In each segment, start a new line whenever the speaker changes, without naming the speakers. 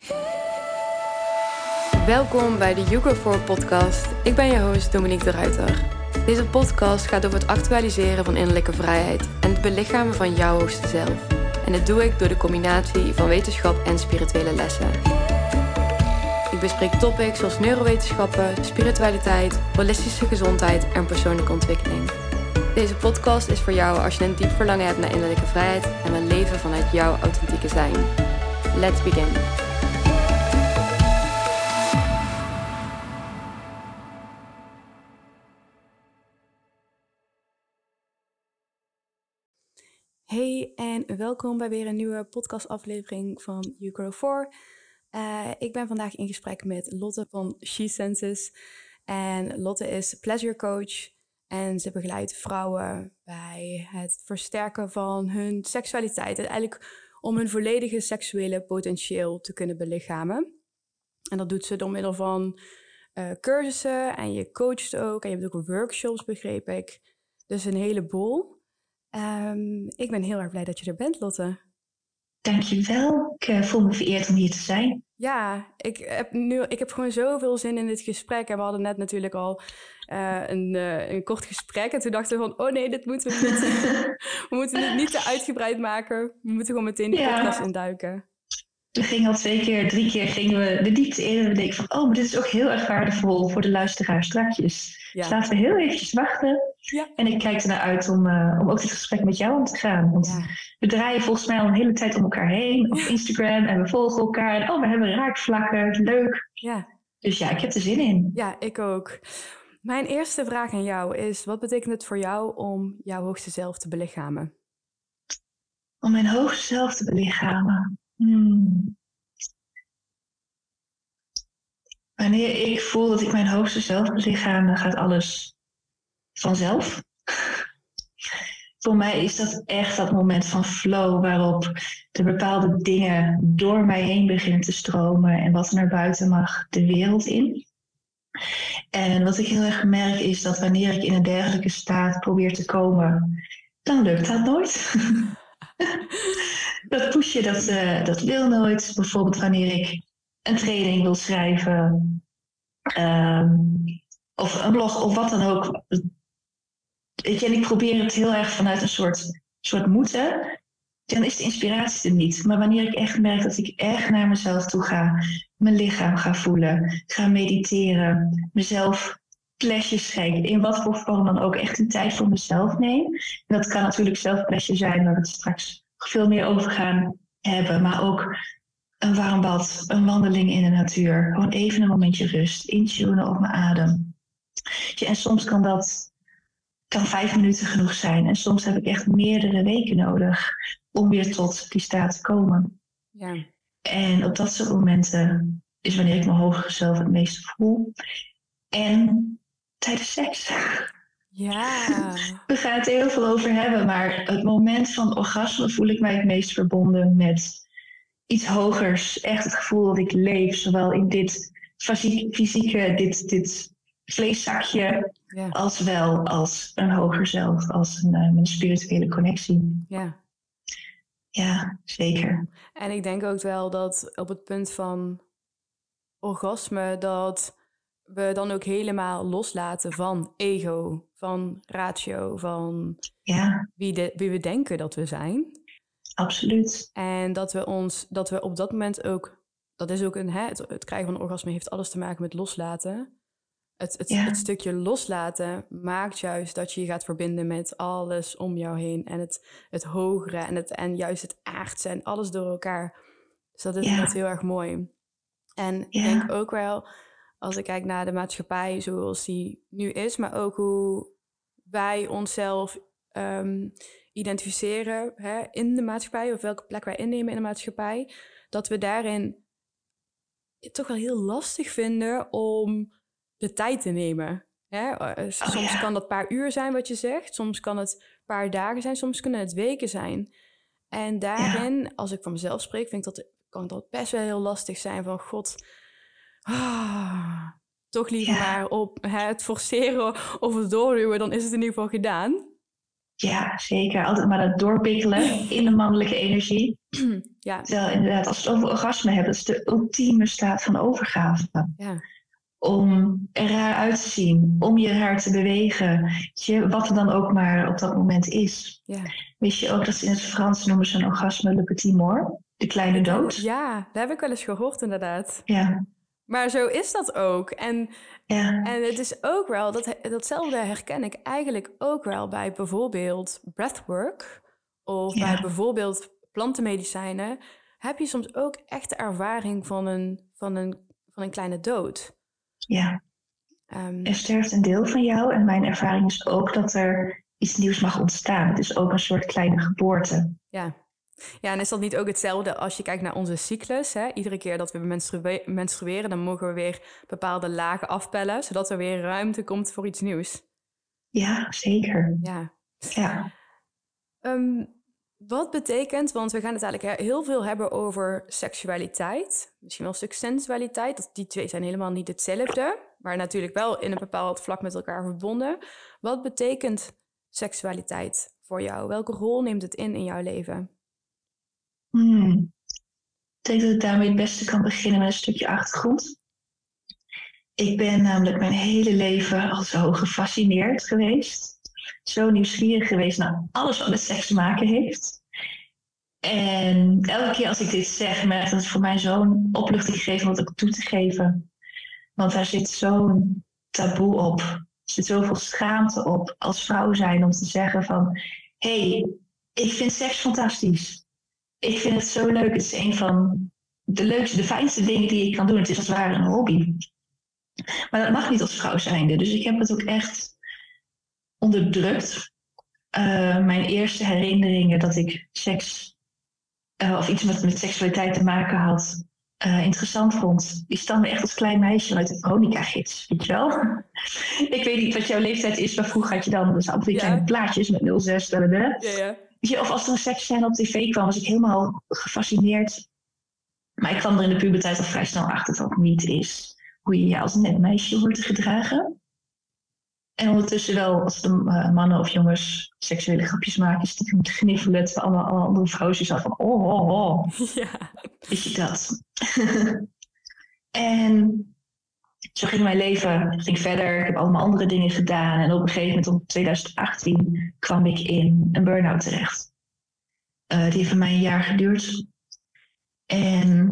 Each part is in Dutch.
Welkom bij de You Go For podcast. Ik ben je host Dominique de Ruiter. Deze podcast gaat over het actualiseren van innerlijke vrijheid en het belichamen van jouw hoogste zelf. En dit doe ik door de combinatie van wetenschap en spirituele lessen. Ik bespreek topics zoals neurowetenschappen, spiritualiteit, holistische gezondheid en persoonlijke ontwikkeling. Deze podcast is voor jou als je een diep verlangen hebt naar innerlijke vrijheid en wil leven vanuit jouw authentieke zijn. Let's begin. Hey en welkom bij weer een nieuwe podcastaflevering van You Grow 4. Ik ben vandaag in gesprek met Lotte van She Senses. En Lotte is pleasure coach en ze begeleidt vrouwen bij het versterken van hun seksualiteit. En eigenlijk om hun volledige seksuele potentieel te kunnen belichamen. En dat doet ze door middel van cursussen en je coacht ook. En je hebt ook workshops, begreep ik. Dus een heleboel. Ik ben heel erg blij dat je er bent, Lotte.
Dankjewel. Ik voel me vereerd om hier te zijn.
Ja, ik heb gewoon zoveel zin in dit gesprek. En we hadden net natuurlijk al een kort gesprek. En toen dachten we van, oh nee, dit moeten we niet. We moeten het niet te uitgebreid maken. We moeten gewoon meteen die podcast induiken.
We gingen al 2 keer, 3 keer gingen we de diepte in. En we denken van, maar dit is ook heel erg waardevol voor de luisteraar strakjes. Ja. Dus laten we heel eventjes wachten. Ja. En ik kijk ernaar uit om ook dit gesprek met jou aan te gaan. Want we draaien volgens mij al een hele tijd om elkaar heen. Op Instagram en we volgen elkaar. En we hebben raakvlakken. Leuk. Ja. Dus ja, ik heb er zin in.
Ja, ik ook. Mijn eerste vraag aan jou is, wat betekent het voor jou om jouw hoogste zelf te belichamen?
Om mijn hoogste zelf te belichamen? Wanneer ik voel dat ik mijn hoogste zelf belichaam, dan gaat alles vanzelf. Voor mij is dat echt dat moment van flow waarop de bepaalde dingen door mij heen beginnen te stromen en wat er naar buiten mag de wereld in. En wat ik heel erg merk is dat wanneer ik in een dergelijke staat probeer te komen, dan lukt dat nooit. Dat pushen, dat wil nooit. Bijvoorbeeld wanneer ik een training wil schrijven of een blog of wat dan ook. Weet je, en ik probeer het heel erg vanuit een soort moeten. Dan is de inspiratie er niet. Maar wanneer ik echt merk dat ik echt naar mezelf toe ga, mijn lichaam ga voelen, ga mediteren, mezelf pleasure schenken, in wat voor vorm dan ook, echt een tijd voor mezelf neem. En dat kan natuurlijk zelfpleasure zijn, waar we het straks veel meer over gaan hebben. Maar ook een warm bad, een wandeling in de natuur. Gewoon even een momentje rust, intunen op mijn adem. Ja, en soms kan 5 minuten genoeg zijn. En soms heb ik echt meerdere weken nodig om weer tot die staat te komen. Ja. En op dat soort momenten is wanneer ik mijn hogere zelf het meest voel. En tijdens seks.
Ja.
We gaan het er heel veel over hebben, maar het moment van orgasme voel ik mij het meest verbonden met iets hogers. Echt het gevoel dat ik leef, zowel in dit fysieke, dit vleeszakje, als wel als een hoger zelf, als een spirituele connectie. Ja. Ja, zeker.
En ik denk ook wel dat op het punt van orgasme, dat we dan ook helemaal loslaten van ego, van ratio, van wie we denken dat we zijn.
Absoluut.
En dat we op dat moment ook, dat is ook het krijgen van een orgasme heeft alles te maken met loslaten. Het stukje loslaten maakt juist dat je je gaat verbinden met alles om jou heen. En het hogere en juist het aardse en alles door elkaar. Dus dat is inderdaad heel erg mooi. En ik denk ook wel, als ik kijk naar de maatschappij zoals die nu is, maar ook hoe wij onszelf identificeren in de maatschappij, of welke plek wij innemen in de maatschappij, dat we daarin het toch wel heel lastig vinden om de tijd te nemen. Soms kan dat een paar uur zijn wat je zegt. Soms kan het een paar dagen zijn. Soms kunnen het weken zijn. En daarin, als ik van mezelf spreek, kan dat best wel heel lastig zijn. Van god, toch liever maar op het forceren of het doorduwen. Dan is het in ieder geval gedaan.
Ja, zeker. Altijd maar dat doorpikkelen in de mannelijke energie.
Ja,
Terwijl inderdaad, als we het over orgasme hebben, dat is de ultieme staat van overgave.
ja,
Om er raar uit te zien, om je raar te bewegen, wat er dan ook maar op dat moment is.
ja.
Weet je ook dat ze in het Frans noemen ze een orgasme le petit mort, de kleine dood?
Ja, dat heb ik wel eens gehoord inderdaad.
Ja,
Maar zo is dat ook.
ja,
En het is ook wel, datzelfde herken ik eigenlijk ook wel bij bijvoorbeeld breathwork of bij
ja,
bijvoorbeeld plantenmedicijnen. Heb je soms ook echt de ervaring van een kleine dood.
ja.
Ehm,
Er sterft een deel van jou en mijn ervaring is ook dat er iets nieuws mag ontstaan. Het is ook een soort kleine geboorte.
ja. Ja, en is dat niet ook hetzelfde als je kijkt naar onze cyclus? Hè? Iedere keer dat we menstrueren, dan mogen we weer bepaalde lagen afpellen, zodat er weer ruimte komt voor iets nieuws.
Ja, zeker.
Ja.
Ja.
Ehm, wat betekent, want we gaan het eigenlijk heel veel hebben over seksualiteit, misschien wel een stuk sensualiteit. Die twee zijn helemaal niet hetzelfde, maar natuurlijk wel in een bepaald vlak met elkaar verbonden. Wat betekent seksualiteit voor jou? Welke rol neemt het in jouw leven?
Ik denk dat ik daarmee het beste kan beginnen met een stukje achtergrond. Ik ben namelijk mijn hele leven al zo gefascineerd geweest. Zo nieuwsgierig geweest naar alles wat met seks te maken heeft. En elke keer als ik dit zeg, merk ik dat het voor mij zo'n opluchting geeft om het ook toe te geven. Want daar zit zo'n taboe op. Er zit zoveel schaamte op als vrouw zijn om te zeggen van... Hé, ik vind seks fantastisch. Ik vind het zo leuk. Het is een van de leukste, de fijnste dingen die ik kan doen. Het is als het ware een hobby. Maar dat mag niet als vrouw zijnde. Dus ik heb het ook echt onderdrukt. Mijn eerste herinneringen dat ik seks of iets met seksualiteit te maken had, interessant vond, die stamde echt als klein meisje uit de Veronica-gids, weet je wel? Ik weet niet wat jouw leeftijd is, maar vroeger had je dan dus altijd kleine plaatjes met 06.
Ja.
Of als er een seksscène op tv kwam, was ik helemaal gefascineerd. Maar ik kwam er in de puberteit al vrij snel achter dat het niet is hoe je je als net meisje hoort te gedragen. En ondertussen wel, als de mannen of jongens seksuele grapjes maken, stiekem te gniffelen, terwijl alle andere vrouwen zo van, oh.
Ja.
Weet je dat? En zo ging mijn leven ging verder. Ik heb allemaal andere dingen gedaan. En op een gegeven moment, in 2018, kwam ik in een burn-out terecht. Die heeft voor mij een jaar geduurd. En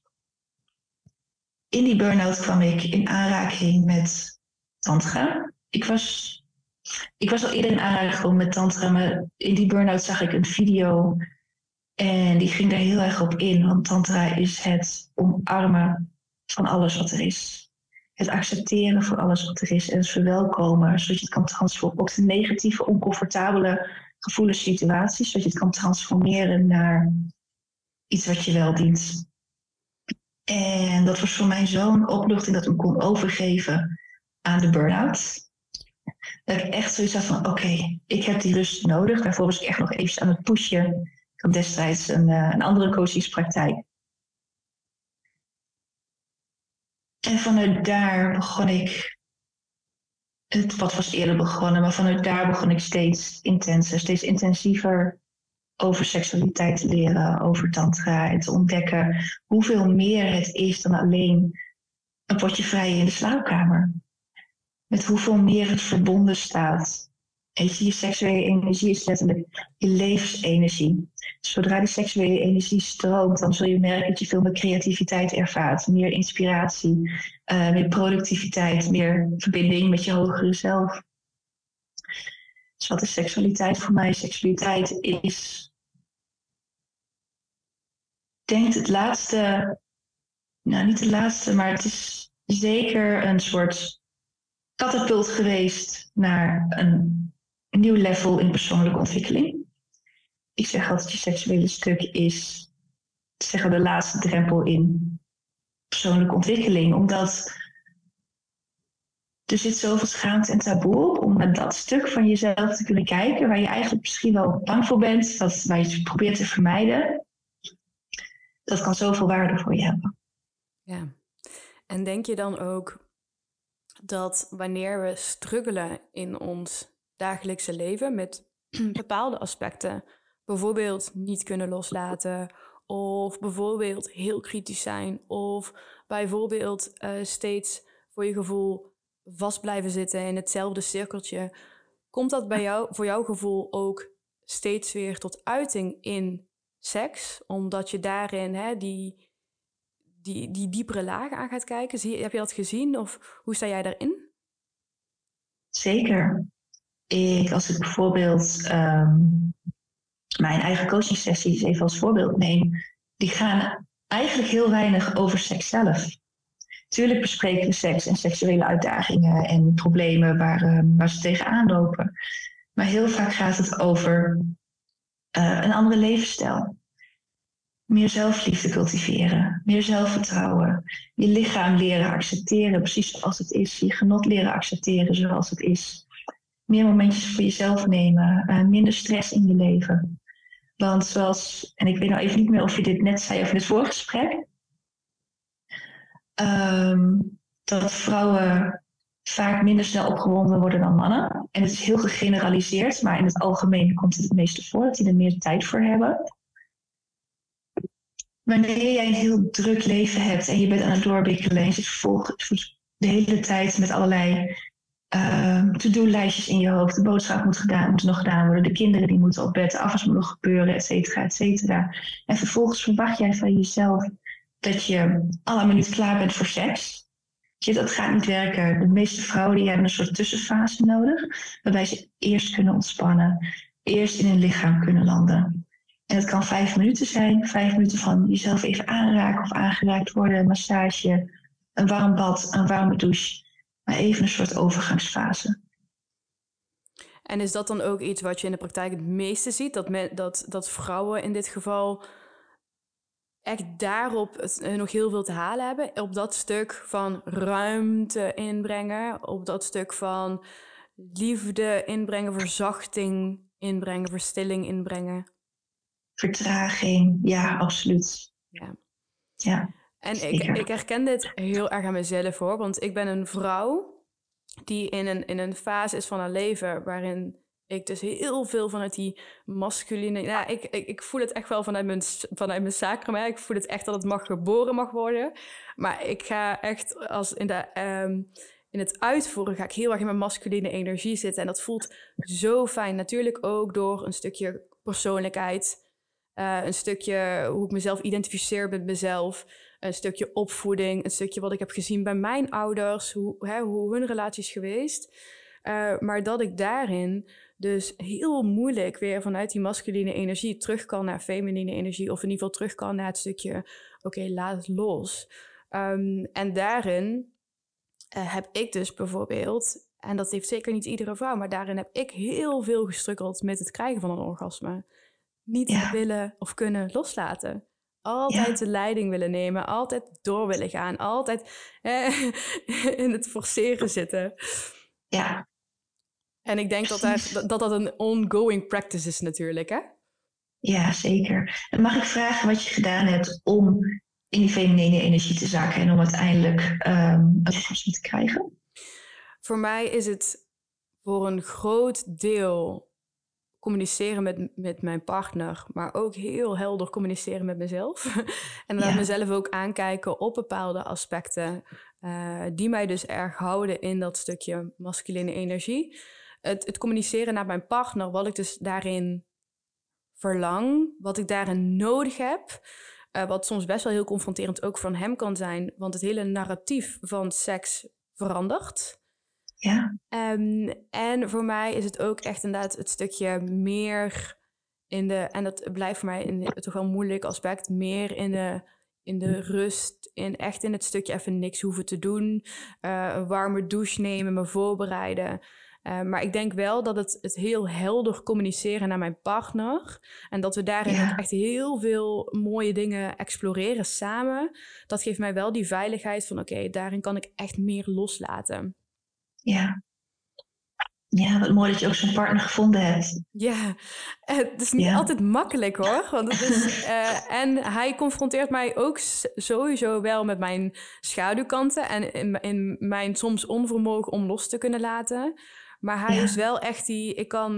in die burn-out kwam ik in aanraking met tantra. Ik was al eerder in aanraking gekomen met tantra, maar in die burn-out zag ik een video en die ging daar heel erg op in. Want tantra is het omarmen van alles wat er is. Het accepteren voor alles wat er is en het verwelkomen, zodat je het kan transformeren. Ook de negatieve, oncomfortabele gevoelens, situaties, zodat je het kan transformeren naar iets wat je wel dient. En dat was voor mij zo'n opluchting dat ik me kon overgeven aan de burn-out. Dat ik echt zoiets had van, oké, ik heb die rust nodig. Daarvoor was ik echt nog even aan het pushen. Ik had destijds een andere coachingspraktijk. En vanuit daar begon ik, het pad was eerder begonnen, maar vanuit daar begon ik steeds intenser, steeds intensiever over seksualiteit te leren, over tantra en te ontdekken hoeveel meer het is dan alleen een potje vrij in de slaapkamer. Met hoeveel meer het verbonden staat. En je seksuele energie is letterlijk je levensenergie. Zodra die seksuele energie stroomt, dan zul je merken dat je veel meer creativiteit ervaart, meer inspiratie, meer productiviteit, meer verbinding met je hogere zelf. Dus wat is seksualiteit voor mij? Seksualiteit is, ik denk het laatste, nou niet het laatste, maar het is zeker een soort katapult geweest naar een nieuw level in persoonlijke ontwikkeling. Ik zeg altijd, je seksuele stuk is de laatste drempel in persoonlijke ontwikkeling. Omdat er zit zoveel schaamte en taboe op om naar dat stuk van jezelf te kunnen kijken waar je eigenlijk misschien wel bang voor bent, waar je het probeert te vermijden. Dat kan zoveel waarde voor je hebben.
Ja. En denk je dan ook dat wanneer we struggelen in ons dagelijkse leven met bepaalde aspecten bijvoorbeeld niet kunnen loslaten, of bijvoorbeeld heel kritisch zijn, of bijvoorbeeld steeds voor je gevoel vast blijven zitten in hetzelfde cirkeltje. Komt dat bij jou, voor jouw gevoel ook steeds weer tot uiting in seks? Omdat je daarin die diepere lagen aan gaat kijken? Heb je dat gezien of hoe sta jij daarin?
Zeker. Als ik bijvoorbeeld mijn eigen coaching sessies even als voorbeeld neem, die gaan eigenlijk heel weinig over seks zelf. Tuurlijk bespreken we seks en seksuele uitdagingen en problemen waar ze tegenaan lopen. Maar heel vaak gaat het over een andere levensstijl. Meer zelfliefde cultiveren, meer zelfvertrouwen. Je lichaam leren accepteren, precies zoals het is. Je genot leren accepteren zoals het is. Meer momentjes voor jezelf nemen, minder stress in je leven. Want zoals, en ik weet nou even niet meer of je dit net zei over het voorgesprek, dat vrouwen vaak minder snel opgewonden worden dan mannen. En het is heel gegeneraliseerd, maar in het algemeen komt het meeste voor dat die er meer tijd voor hebben. Wanneer jij een heel druk leven hebt en je bent aan het doorbikkelen en je zit vervolgens de hele tijd met allerlei to-do-lijstjes in je hoofd. De boodschap moet nog gedaan worden, de kinderen die moeten op bed, de afwas moet nog gebeuren, et cetera, et cetera. En vervolgens verwacht jij van jezelf dat je alle minuut klaar bent voor seks. Dat gaat niet werken. De meeste vrouwen die hebben een soort tussenfase nodig, waarbij ze eerst kunnen ontspannen, eerst in hun lichaam kunnen landen. En het kan 5 minuten zijn, 5 minuten van jezelf even aanraken of aangeraakt worden, een massage, een warm bad, een warme douche. Maar even een soort overgangsfase.
En is dat dan ook iets wat je in de praktijk het meeste ziet? Dat vrouwen in dit geval echt daarop nog heel veel te halen hebben? Op dat stuk van ruimte inbrengen, op dat stuk van liefde inbrengen, verzachting inbrengen, verstilling inbrengen?
Vertraging, ja, absoluut. Ja.
En ik herken dit heel erg aan mezelf hoor, want ik ben een vrouw die in een fase is van haar leven waarin ik dus heel veel vanuit die masculine... Ja, ik voel het echt wel vanuit mijn sacrum. Hè. Ik voel het echt dat het geboren mag worden. Maar ik ga echt in het uitvoeren ga ik heel erg in mijn masculine energie zitten. En dat voelt zo fijn. Natuurlijk ook door een stukje persoonlijkheid. Een stukje hoe ik mezelf identificeer met mezelf. Een stukje opvoeding. Een stukje wat ik heb gezien bij mijn ouders. Hoe hun relatie is geweest. Maar dat ik daarin dus heel moeilijk weer vanuit die masculine energie terug kan naar feminine energie. Of in ieder geval terug kan naar het stukje, oké, laat het los. En daarin heb ik dus bijvoorbeeld, en dat heeft zeker niet iedere vrouw, maar daarin heb ik heel veel gestruggeld met het krijgen van een orgasme. Niet willen of kunnen loslaten. Altijd de leiding willen nemen, altijd door willen gaan, altijd in het forceren zitten.
Ja.
En ik denk dat een ongoing practice is natuurlijk, hè?
Ja, zeker. En mag ik vragen wat je gedaan hebt om in die feminine energie te zakken en om uiteindelijk een orgasme te krijgen?
Voor mij is het voor een groot deel communiceren met mijn partner, maar ook heel helder communiceren met mezelf. En dan mezelf ook aankijken op bepaalde aspecten die mij dus erg houden in dat stukje masculine energie. Het communiceren naar mijn partner, wat ik dus daarin verlang, wat ik daarin nodig heb, wat soms best wel heel confronterend ook van hem kan zijn, want het hele narratief van seks verandert.
Ja.
En voor mij is het ook echt inderdaad het stukje meer en dat blijft voor mij toch wel een moeilijk aspect, meer in de rust, echt in het stukje even niks hoeven te doen, een warme douche nemen, me voorbereiden. Maar ik denk wel dat het heel helder communiceren naar mijn partner en dat we daarin ook echt heel veel mooie dingen exploreren samen, dat geeft mij wel die veiligheid van oké, daarin kan ik echt meer loslaten.
Ja. Ja, wat mooi dat je ook zo'n partner gevonden hebt.
Ja, het is niet altijd makkelijk hoor. Want het is, en hij confronteert mij ook sowieso wel met mijn schaduwkanten en in mijn soms onvermogen om los te kunnen laten. Maar hij is wel echt ik kan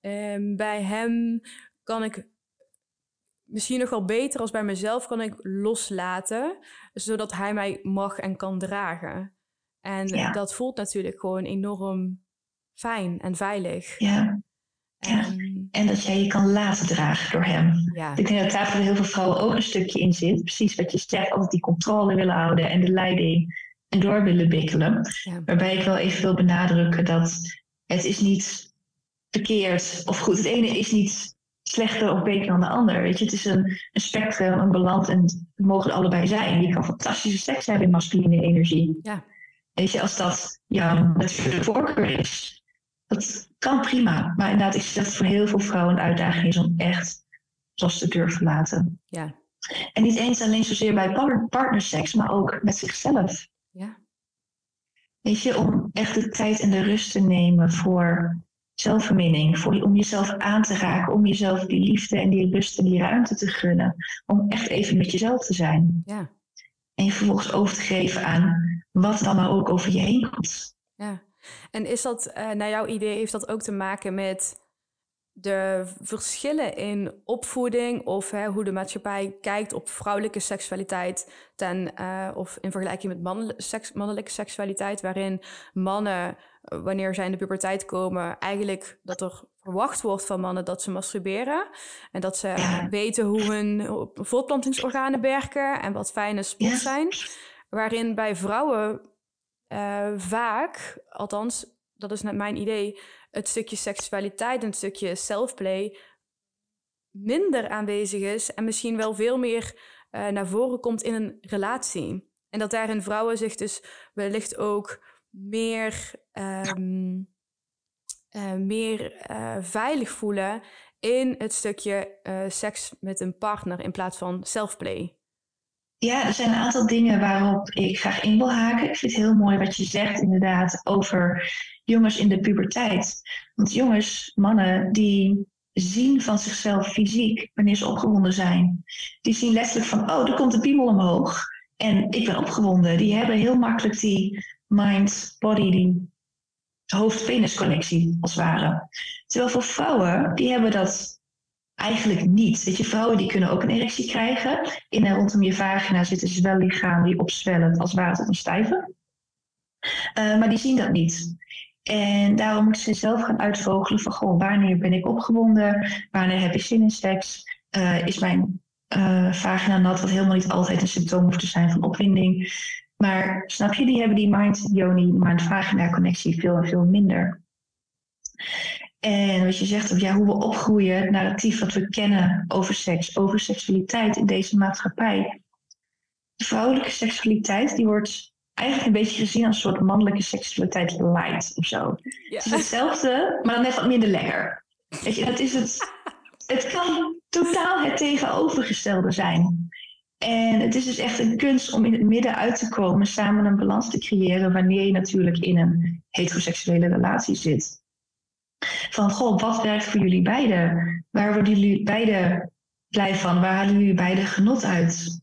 Bij hem kan ik misschien nog wel beter als bij mezelf kan ik loslaten, zodat hij mij mag en kan dragen. En dat voelt natuurlijk gewoon enorm fijn en veilig.
Ja. En dat jij je kan laten dragen door hem.
Ja.
Ik denk dat daar voor heel veel vrouwen ook een stukje in zit. Precies wat je zegt, altijd die controle willen houden en de leiding en door willen bikkelen. Ja. Waarbij ik wel even wil benadrukken dat het is niet verkeerd of goed. Het ene is niet slechter of beter dan de ander. Weet je? Het is een spectrum, een balans en het mogen er allebei zijn. Je kan fantastische seks hebben in masculine energie.
Ja.
Weet je, als dat jouw natuurlijke voorkeur is. Dat kan prima, maar inderdaad is dat voor heel veel vrouwen een uitdaging is om echt los te durven laten.
Ja.
En niet eens alleen zozeer bij partnerseks, maar ook met zichzelf.
Ja.
Weet je, om echt de tijd en de rust te nemen voor zelfverminning, om jezelf aan te raken, om jezelf die liefde en die rust en die ruimte te gunnen. Om echt even met jezelf te zijn.
Ja.
En je vervolgens over te geven aan wat dan maar ook over je heen komt.
Ja. En is dat, naar jouw idee, heeft dat ook te maken met de verschillen in opvoeding of hoe de maatschappij kijkt op vrouwelijke seksualiteit of in vergelijking met mannelijke seksualiteit, waarin mannen, wanneer zij in de puberteit komen, eigenlijk dat er verwacht wordt van mannen dat ze masturberen en dat ze weten hoe hun voortplantingsorganen werken en wat fijne spots zijn, waarin bij vrouwen vaak, althans, dat is net mijn idee, het stukje seksualiteit en het stukje selfplay minder aanwezig is en misschien wel veel meer naar voren komt in een relatie. En dat daarin vrouwen zich dus wellicht ook meer veilig voelen in het stukje seks met een partner in plaats van selfplay.
Ja, er zijn een aantal dingen waarop ik graag in wil haken. Ik vind het heel mooi wat je zegt inderdaad over jongens in de puberteit. Want jongens, mannen, die zien van zichzelf fysiek wanneer ze opgewonden zijn. Die zien letterlijk van, oh, er komt een piemel omhoog en ik ben opgewonden. Die hebben heel makkelijk die mind-body, die hoofd-penis-connectie als het ware. Terwijl voor vrouwen, die hebben dat eigenlijk niet. Weet je, vrouwen die kunnen ook een erectie krijgen. In en rondom je vagina zitten zwellichamen die opzwellen als het ware tot een stijve. Maar die zien dat niet. En daarom moeten ze zelf gaan uitvogelen van, goh, wanneer ben ik opgewonden? Wanneer heb ik zin in seks? Is mijn vagina nat, wat helemaal niet altijd een symptoom hoeft te zijn van opwinding. Maar snap je, die hebben die mind-yoni, mind-vagina-connectie veel en veel minder. En wat je zegt, hoe we opgroeien, het narratief wat we kennen over seks, over seksualiteit in deze maatschappij. De vrouwelijke seksualiteit, die wordt eigenlijk een beetje gezien als een soort mannelijke seksualiteit light of zo. Ja. Het is hetzelfde, maar dan net wat minder lekker. Weet je, het kan totaal het tegenovergestelde zijn. En het is dus echt een kunst om in het midden uit te komen, samen een balans te creëren wanneer je natuurlijk in een heteroseksuele relatie zit. Van, goh, wat werkt voor jullie beiden? Waar worden jullie beiden blij van? Waar halen jullie beiden genot uit?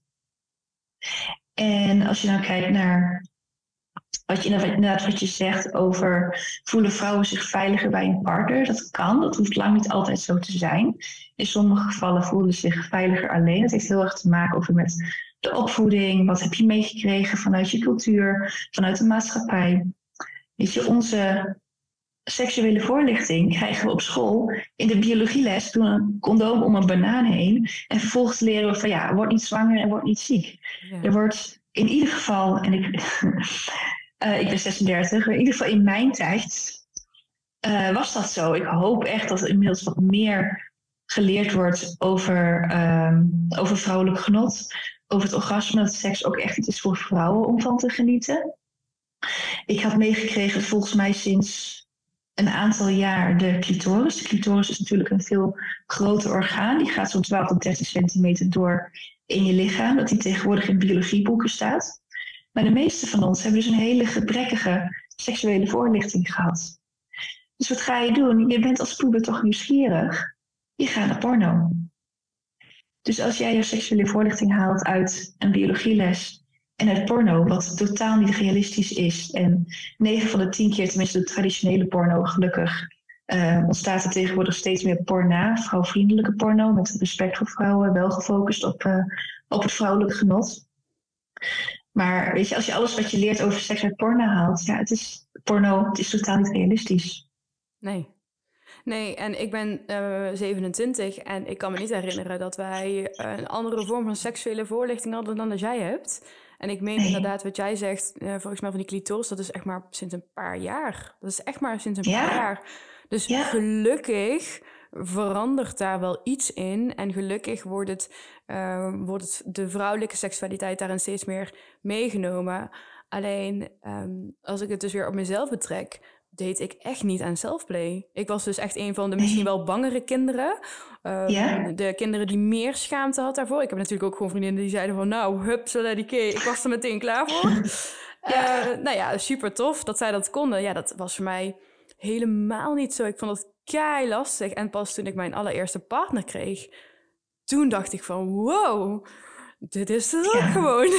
En als je dan kijkt naar wat je zegt over voelen vrouwen zich veiliger bij een partner, dat kan, dat hoeft lang niet altijd zo te zijn. In sommige gevallen voelen ze zich veiliger alleen. Het heeft heel erg te maken over met de opvoeding, wat heb je meegekregen vanuit je cultuur, vanuit de maatschappij. Weet je, onze seksuele voorlichting krijgen we op school. In de biologieles doen we een condoom om een banaan heen. En vervolgens leren we van word niet zwanger en word niet ziek. Ja. Er wordt in ieder geval, en ik ben 36, maar in ieder geval in mijn tijd was dat zo. Ik hoop echt dat er inmiddels wat meer geleerd wordt over vrouwelijk genot. Over het orgasme, dat seks ook echt iets is voor vrouwen om van te genieten. Ik had meegekregen volgens mij sinds een aantal jaar de clitoris. De clitoris is natuurlijk een veel groter orgaan. Die gaat zo'n 12 tot 30 centimeter door in je lichaam. Dat die tegenwoordig in biologieboeken staat. Maar de meeste van ons hebben dus een hele gebrekkige seksuele voorlichting gehad. Dus wat ga je doen? Je bent als puber toch nieuwsgierig. Je gaat naar porno. Dus als jij je seksuele voorlichting haalt uit een biologieles en uit porno, wat totaal niet realistisch is. En 9 van de 10 keer, tenminste de traditionele porno, gelukkig ontstaat er tegenwoordig steeds meer porna, vrouwvriendelijke porno, met respect voor vrouwen, wel gefocust op het vrouwelijk genot. Maar weet je, als je alles wat je leert over seks uit porno haalt, ja, het is totaal niet realistisch.
Nee, en ik ben 27 en ik kan me niet herinneren dat wij een andere vorm van seksuele voorlichting hadden dan dat jij hebt. En ik meen inderdaad wat jij zegt, volgens mij van die clitoris, dat is echt maar sinds een paar jaar. Dat is echt maar sinds een paar jaar. Dus gelukkig verandert daar wel iets in. En gelukkig wordt de vrouwelijke seksualiteit daarin steeds meer meegenomen. Alleen, als ik het dus weer op mezelf betrek, deed ik echt niet aan selfplay. Ik was dus echt een van de misschien wel bangere kinderen. De kinderen die meer schaamte had daarvoor. Ik heb natuurlijk ook gewoon vriendinnen die zeiden van... nou, hup, ik was er meteen klaar voor. Nou ja, super tof dat zij dat konden. Ja, dat was voor mij helemaal niet zo. Ik vond dat kei lastig. En pas toen ik mijn allereerste partner kreeg... toen dacht ik van, wow... dit is het ook gewoon.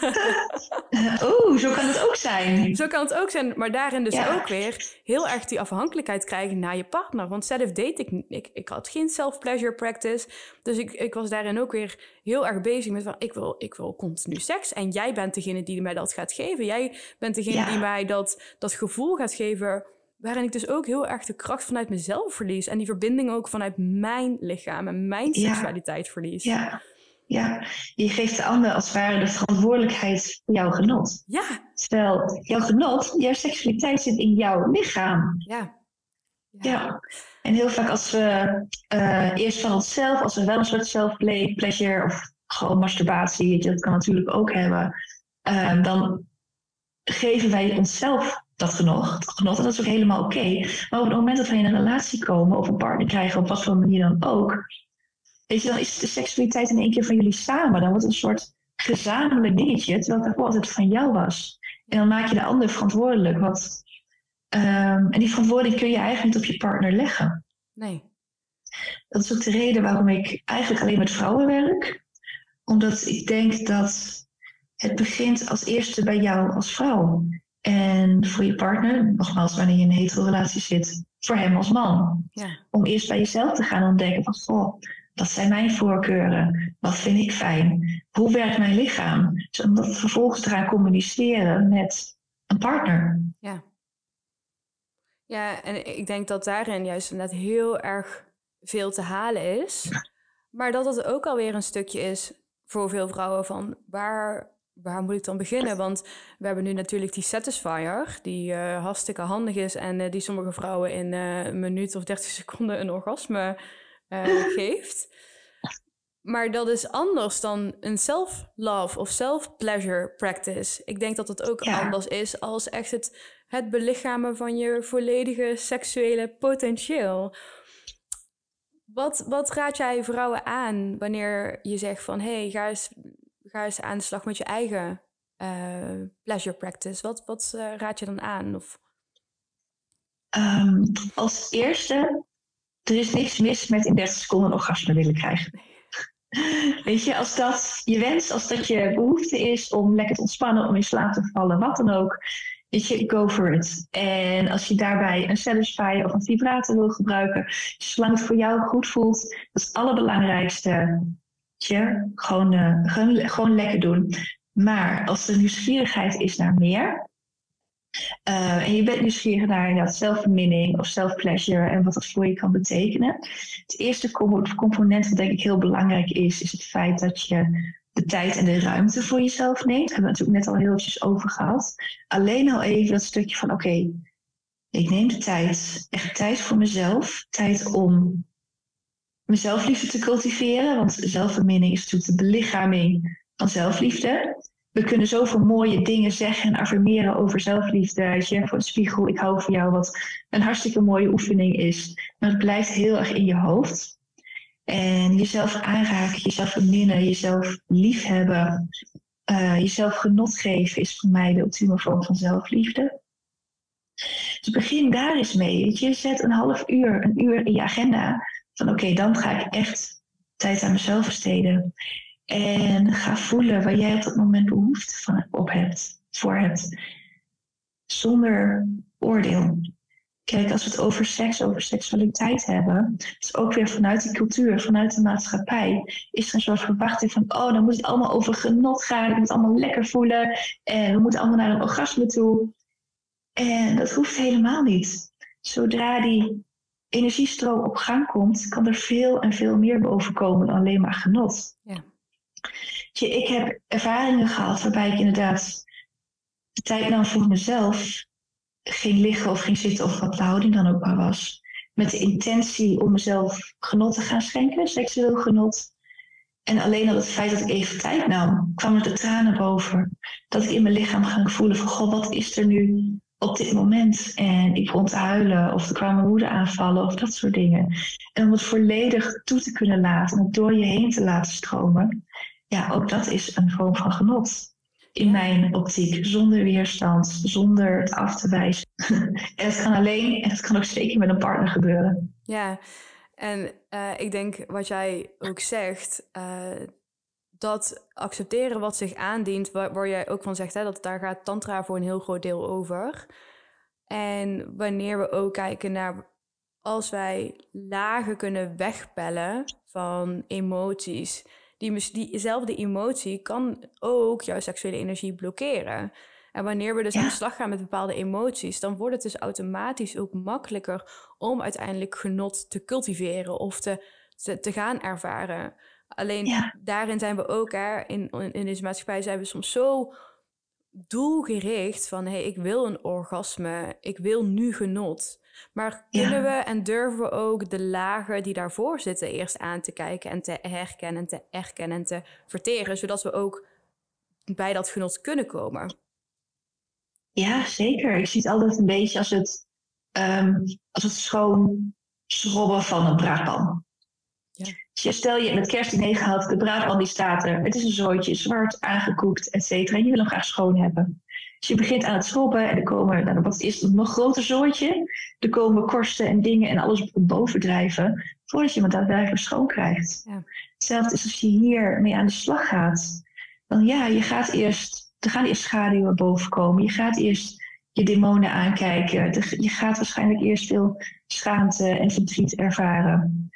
Zo kan het ook zijn.
Zo kan het ook zijn, maar daarin dus ook weer heel erg die afhankelijkheid krijgen naar je partner. Want zelf deed ik had geen self-pleasure practice. Dus ik was daarin ook weer heel erg bezig met van, ik wil continu seks. En jij bent degene die mij dat gaat geven. Jij bent degene die mij dat gevoel gaat geven, waarin ik dus ook heel erg de kracht vanuit mezelf verlies. En die verbinding ook vanuit mijn lichaam en mijn seksualiteit verlies.
Ja, je geeft de ander als het ware de verantwoordelijkheid voor jouw genot.
Ja.
Terwijl jouw genot, jouw seksualiteit zit in jouw lichaam. Ja. En heel vaak als we eerst van onszelf, als we wel een soort self-pleasure of gewoon masturbatie, dat kan natuurlijk ook hebben, dan geven wij onszelf dat genot. En dat is ook helemaal oké. Maar op het moment dat wij in een relatie komen of een partner krijgen, op wat voor manier dan ook, weet je, dan is de seksualiteit in één keer van jullie samen. Dan wordt het een soort gezamenlijk dingetje, terwijl het daarvoor altijd van jou was. En dan maak je de ander verantwoordelijk. En die verantwoording kun je eigenlijk niet op je partner leggen.
Nee.
Dat is ook de reden waarom ik eigenlijk alleen met vrouwen werk. Omdat ik denk dat het begint als eerste bij jou als vrouw. En voor je partner, nogmaals, wanneer je in een hetero-relatie zit, voor hem als man. Om eerst bij jezelf te gaan ontdekken van, goh, wat zijn mijn voorkeuren? Wat vind ik fijn? Hoe werkt mijn lichaam? Dus om dat vervolgens te gaan communiceren met een partner.
Ja, en ik denk dat daarin juist inderdaad heel erg veel te halen is. Maar dat het ook alweer een stukje is voor veel vrouwen van waar moet ik dan beginnen? Want we hebben nu natuurlijk die Satisfyer, die hartstikke handig is en die sommige vrouwen in een minuut of 30 seconden een orgasme geeft. Maar dat is anders dan een self-love of self-pleasure practice. Ik denk dat het ook anders is als echt het belichamen van je volledige seksuele potentieel. Wat raad jij vrouwen aan wanneer je zegt van, hey, ga eens aan de slag met je eigen pleasure practice? Wat raad je dan aan? Of...
Als eerste, er is niks mis met in 30 seconden een orgasme willen krijgen. Weet je, als dat je wens, als dat je behoefte is om lekker te ontspannen, om in slaap te vallen, wat dan ook, weet je, go for it. En als je daarbij een Satisfyer of een vibrator wil gebruiken, zolang het voor jou goed voelt, dat is het allerbelangrijkste. Gewoon lekker doen. Maar als er nieuwsgierigheid is naar meer, en je bent nieuwsgierig naar zelfverminning of self-pleasure en wat dat voor je kan betekenen. Het eerste component wat denk ik heel belangrijk is het feit dat je de tijd en de ruimte voor jezelf neemt. Daar hebben we natuurlijk net al heel eventjes over gehad. Alleen al even dat stukje van oké, ik neem de tijd, echt tijd voor mezelf. Tijd om mezelfliefde te cultiveren, want zelfverminning is natuurlijk de belichaming van zelfliefde. We kunnen zoveel mooie dingen zeggen en affirmeren over zelfliefde. Weet je, voor de spiegel, ik hou van jou, wat een hartstikke mooie oefening is. Maar het blijft heel erg in je hoofd. En jezelf aanraken, jezelf beminnen, jezelf liefhebben, jezelf genot geven is voor mij de ultieme vorm van zelfliefde. Dus begin daar eens mee. Weet je, zet een uur in je agenda. Van oké, dan ga ik echt tijd aan mezelf besteden. En ga voelen waar jij op dat moment behoefte voor hebt. Zonder oordeel. Kijk, als we het over seks, over seksualiteit hebben, is ook weer vanuit die cultuur, vanuit de maatschappij, is er een soort verwachting van, dan moet het allemaal over genot gaan, ik moet het allemaal lekker voelen en we moeten allemaal naar een orgasme toe. En dat hoeft helemaal niet. Zodra die energiestroom op gang komt, kan er veel en veel meer boven komen dan alleen maar genot.
Ja.
Ik heb ervaringen gehad waarbij ik inderdaad de tijd nam voor mezelf, ging liggen of ging zitten of wat de houding dan ook maar was. Met de intentie om mezelf genot te gaan schenken, seksueel genot. En alleen al het feit dat ik even tijd nam, kwam er de tranen boven. Dat ik in mijn lichaam ging voelen van, goh, wat is er nu op dit moment? En ik begon te huilen of er kwamen woedeaanvallen of dat soort dingen. En om het volledig toe te kunnen laten en het door je heen te laten stromen. Ja, ook dat is een vorm van genot. In mijn optiek, zonder weerstand, zonder het af te wijzen. En het kan alleen, en het kan ook zeker met een partner gebeuren.
Ja, en ik denk wat jij ook zegt, dat accepteren wat zich aandient, waar jij ook van zegt, hè, dat daar gaat tantra voor een heel groot deel over. En wanneer we ook kijken naar, als wij lagen kunnen wegpellen van emoties, diezelfde emotie kan ook jouw seksuele energie blokkeren. En wanneer we dus aan de slag gaan met bepaalde emoties, dan wordt het dus automatisch ook makkelijker om uiteindelijk genot te cultiveren of te gaan ervaren. Alleen daarin zijn we ook, in deze maatschappij zijn we soms zo doelgericht van, hey, ik wil een orgasme, ik wil nu genot. Maar kunnen we en durven we ook de lagen die daarvoor zitten eerst aan te kijken en te herkennen en te erkennen en te verteren, zodat we ook bij dat genot kunnen komen?
Ja, zeker. Ik zie het altijd een beetje als het schoon schrobben van een braadpan. Ja. Stel je hebt met kerstdiner gehad, de braadpan die staat er. Het is een zooitje, zwart, aangekoekt, et cetera. En je wil hem graag schoon hebben. Dus je begint aan het schrobben en er komen, wat is het, een nog groter zooitje. Er komen korsten en dingen en alles bovendrijven, voordat je hem daadwerkelijk schoon krijgt. Ja. Hetzelfde is als je hier mee aan de slag gaat. Dan je gaat er gaan eerst schaduwen boven komen. Je gaat eerst je demonen aankijken. Je gaat waarschijnlijk eerst veel schaamte en verdriet ervaren.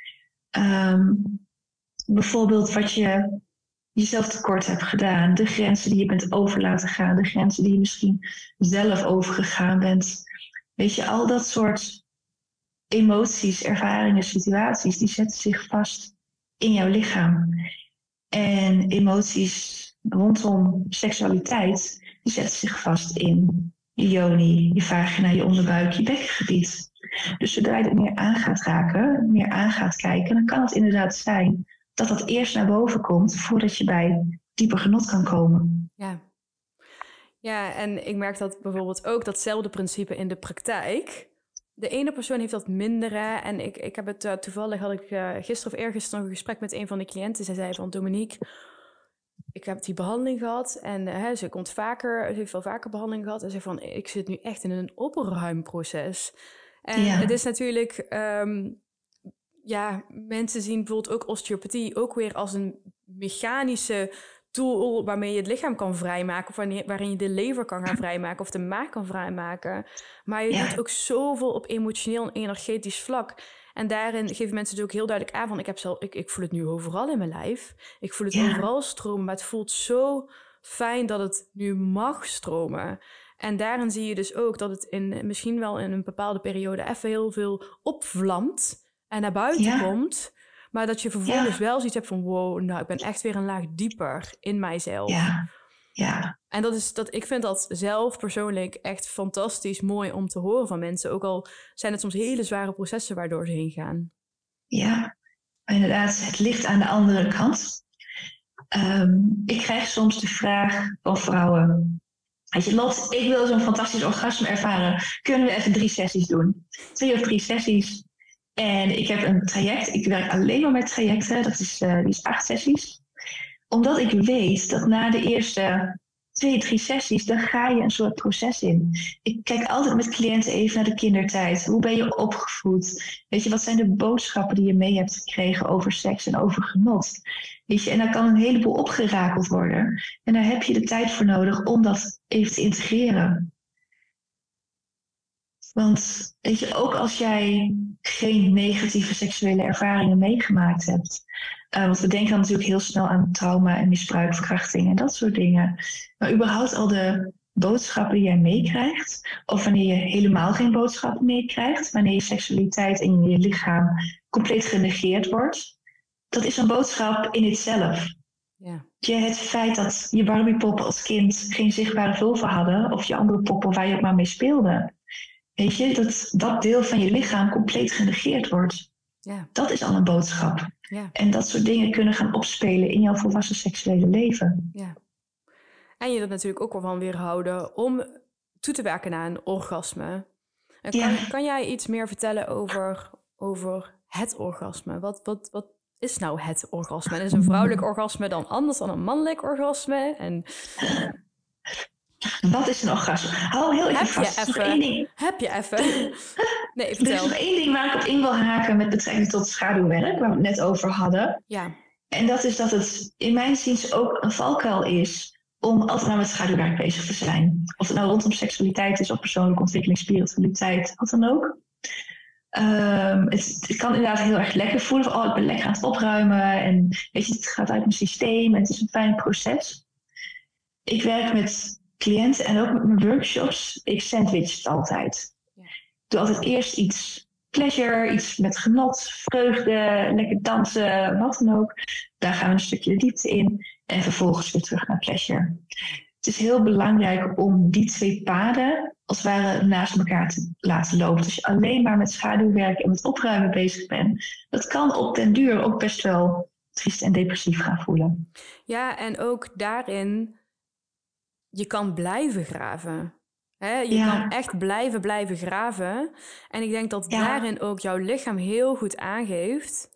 Bijvoorbeeld wat je jezelf tekort hebt gedaan. De grenzen die je bent over laten gaan. De grenzen die je misschien zelf overgegaan bent. Weet je, al dat soort emoties, ervaringen, situaties, die zetten zich vast in jouw lichaam. En emoties rondom seksualiteit, die zetten zich vast in je yoni, je vagina, je onderbuik, je bekkengebied. Dus zodra je er meer aan gaat raken, meer aan gaat kijken, dan kan het inderdaad zijn dat dat eerst naar boven komt voordat je bij dieper genot kan komen.
Ja, en ik merk dat bijvoorbeeld ook datzelfde principe in de praktijk. De ene persoon heeft dat minder. En ik heb het toevallig, had ik gisteren of eergisteren nog een gesprek met een van de cliënten. Zij zei van, Dominique, ik heb die behandeling gehad en ze heeft wel vaker behandeling gehad. En ze van, ik zit nu echt in een opruimproces. En het is natuurlijk, mensen zien bijvoorbeeld ook osteopathie ook weer als een mechanische tool waarmee je het lichaam kan vrijmaken, of waarin je de lever kan gaan vrijmaken of de maag kan vrijmaken. Maar je doet ook zoveel op emotioneel en energetisch vlak. En daarin geven mensen het ook heel duidelijk aan van, ik voel het nu overal in mijn lijf. Ik voel het overal stromen, maar het voelt zo fijn dat het nu mag stromen. En daarin zie je dus ook dat het misschien wel in een bepaalde periode even heel veel opvlamt en naar buiten komt. Maar dat je vervolgens wel zoiets hebt van, wow, nou, ik ben echt weer een laag dieper in mijzelf.
Ja.
En ik vind dat zelf persoonlijk echt fantastisch mooi om te horen van mensen. Ook al zijn het soms hele zware processen waardoor ze heen gaan.
Ja, inderdaad, het ligt aan de andere kant. Ik krijg soms de vraag van vrouwen, weet je, Lot, ik wil zo'n fantastisch orgasme ervaren. Kunnen we even 3 sessies doen? 2 of 3 sessies. En ik heb een traject. Ik werk alleen maar met trajecten. Die is 8 sessies. Omdat ik weet dat na de eerste 2, 3 sessies, dan ga je een soort proces in. Ik kijk altijd met cliënten even naar de kindertijd. Hoe ben je opgevoed? Weet je, wat zijn de boodschappen die je mee hebt gekregen over seks en over genot? Weet je, en daar kan een heleboel opgerakeld worden. En daar heb je de tijd voor nodig om dat even te integreren. Want weet je, ook als jij geen negatieve seksuele ervaringen meegemaakt hebt. Want we denken dan natuurlijk heel snel aan trauma en misbruik, verkrachting en dat soort dingen. Maar überhaupt al de boodschappen die jij meekrijgt, of wanneer je helemaal geen boodschappen meekrijgt, wanneer je seksualiteit in je lichaam compleet genegeerd wordt, dat is een boodschap in itself.
Ja.
Het feit dat je Barbiepoppen als kind geen zichtbare vulva hadden, of je andere poppen waar je ook maar mee speelde. Weet je, dat deel van je lichaam compleet genegeerd wordt.
Ja.
Dat is al een boodschap.
Ja.
En dat soort dingen kunnen gaan opspelen in jouw volwassen seksuele leven.
Ja. En je dat natuurlijk ook wel van weerhouden om toe te werken naar een orgasme. En kan jij iets meer vertellen over het orgasme? Wat is nou het orgasme? En is een vrouwelijk orgasme dan anders dan een mannelijk orgasme? En
wat is een orgasme? Hou heel even vast.
Heb je even? Nee, vertel.
Er is nog één ding waar ik op in wil haken met betrekking tot schaduwwerk, waar we het net over hadden.
Ja.
En dat is dat het in mijn ziens ook een valkuil is om altijd maar met schaduwwerk bezig te zijn. Of het nou rondom seksualiteit is of persoonlijke ontwikkeling, spiritualiteit, wat dan ook. Het kan inderdaad heel erg lekker voelen. Van, ik ben lekker aan het opruimen. En weet je, het gaat uit mijn systeem. En het is een fijn proces. Ik werk met cliënten en ook met mijn workshops. Ik sandwich het altijd. Ja. Ik doe altijd eerst iets pleasure, iets met genot, vreugde, lekker dansen, wat dan ook. Daar gaan we een stukje de diepte in. En vervolgens weer terug naar pleasure. Het is heel belangrijk om die twee paden als het ware naast elkaar te laten lopen. Dus als je alleen maar met schaduwwerk en met opruimen bezig bent, dat kan op den duur ook best wel triest en depressief gaan voelen.
Ja, en ook daarin, je kan blijven graven. Je kan echt blijven graven. En ik denk dat daarin ook jouw lichaam heel goed aangeeft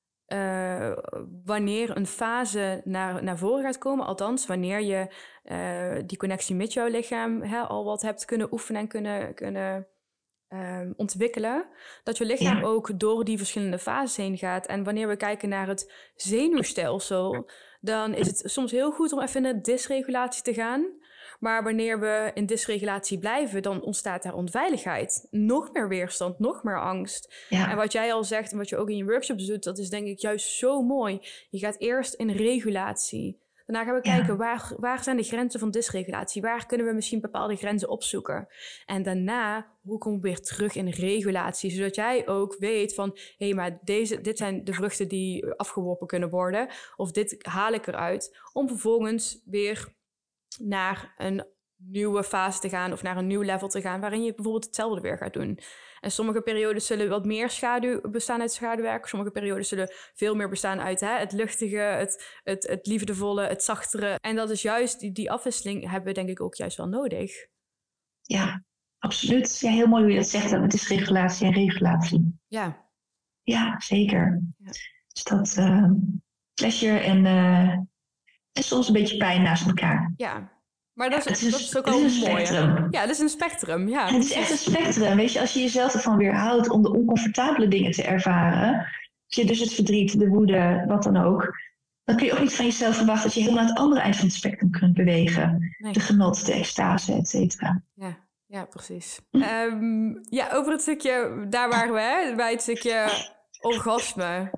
wanneer een fase naar voren gaat komen. Althans, wanneer je die connectie met jouw lichaam al wat hebt kunnen oefenen en kunnen ontwikkelen. Dat je lichaam ook door die verschillende fases heen gaat. En wanneer we kijken naar het zenuwstelsel, dan is het soms heel goed om even in de dysregulatie te gaan. Maar wanneer we in dysregulatie blijven, dan ontstaat daar onveiligheid. Nog meer weerstand, nog meer angst. Ja. En wat jij al zegt en wat je ook in je workshops doet, dat is denk ik juist zo mooi. Je gaat eerst in regulatie. Daarna gaan we kijken, waar zijn de grenzen van dysregulatie? Waar kunnen we misschien bepaalde grenzen opzoeken? En daarna, hoe komen we weer terug in regulatie? Zodat jij ook weet van, maar dit zijn de vruchten die afgeworpen kunnen worden. Of dit haal ik eruit. Om vervolgens weer naar een nieuwe fase te gaan of naar een nieuw level te gaan, waarin je bijvoorbeeld hetzelfde weer gaat doen. En sommige periodes zullen wat meer bestaan uit schaduwwerk. Sommige periodes zullen veel meer bestaan uit het luchtige, het liefdevolle, het zachtere. En dat is juist, die afwisseling hebben we denk ik ook juist wel nodig.
Ja, absoluut. Ja, heel mooi hoe je dat zegt. Het is regulatie en regulatie.
Ja.
Ja, zeker. Ja. Dus dat pleasure en soms een beetje pijn naast elkaar.
Ja. Maar dat is ook al mooi. Ja, dat is een spectrum. Ja,
het is echt een spectrum. Weet je, als je jezelf ervan weerhoudt om de oncomfortabele dingen te ervaren, dus het verdriet, de woede, wat dan ook, dan kun je ook niet van jezelf verwachten dat je helemaal naar het andere eind van het spectrum kunt bewegen. Nee. De genot, de extase, et cetera.
Ja, precies. Over het stukje, daar waren we, bij het stukje orgasme.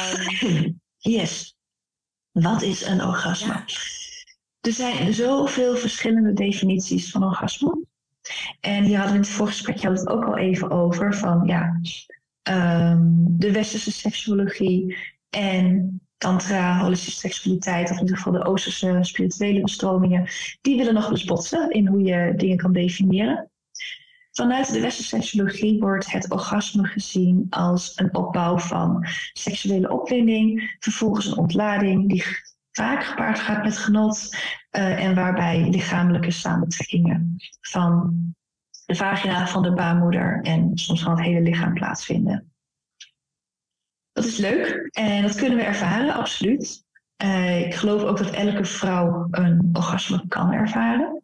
Yes. Wat is een orgasme? Ja. Er zijn zoveel verschillende definities van orgasme. En hier hadden we in het voorgesprekje het ook al even over. Van de westerse seksuologie en tantra, holistische seksualiteit, of in ieder geval de oosterse spirituele bestromingen, die willen nog eens botsen in hoe je dingen kan definiëren. Vanuit de westerse seksuologie wordt het orgasme gezien als een opbouw van seksuele opwinding, vervolgens een ontlading die vaak gepaard gaat met genot en waarbij lichamelijke samentrekkingen van de vagina, van de baarmoeder en soms van het hele lichaam plaatsvinden. Dat is leuk en dat kunnen we ervaren, absoluut. Ik geloof ook dat elke vrouw een orgasme kan ervaren.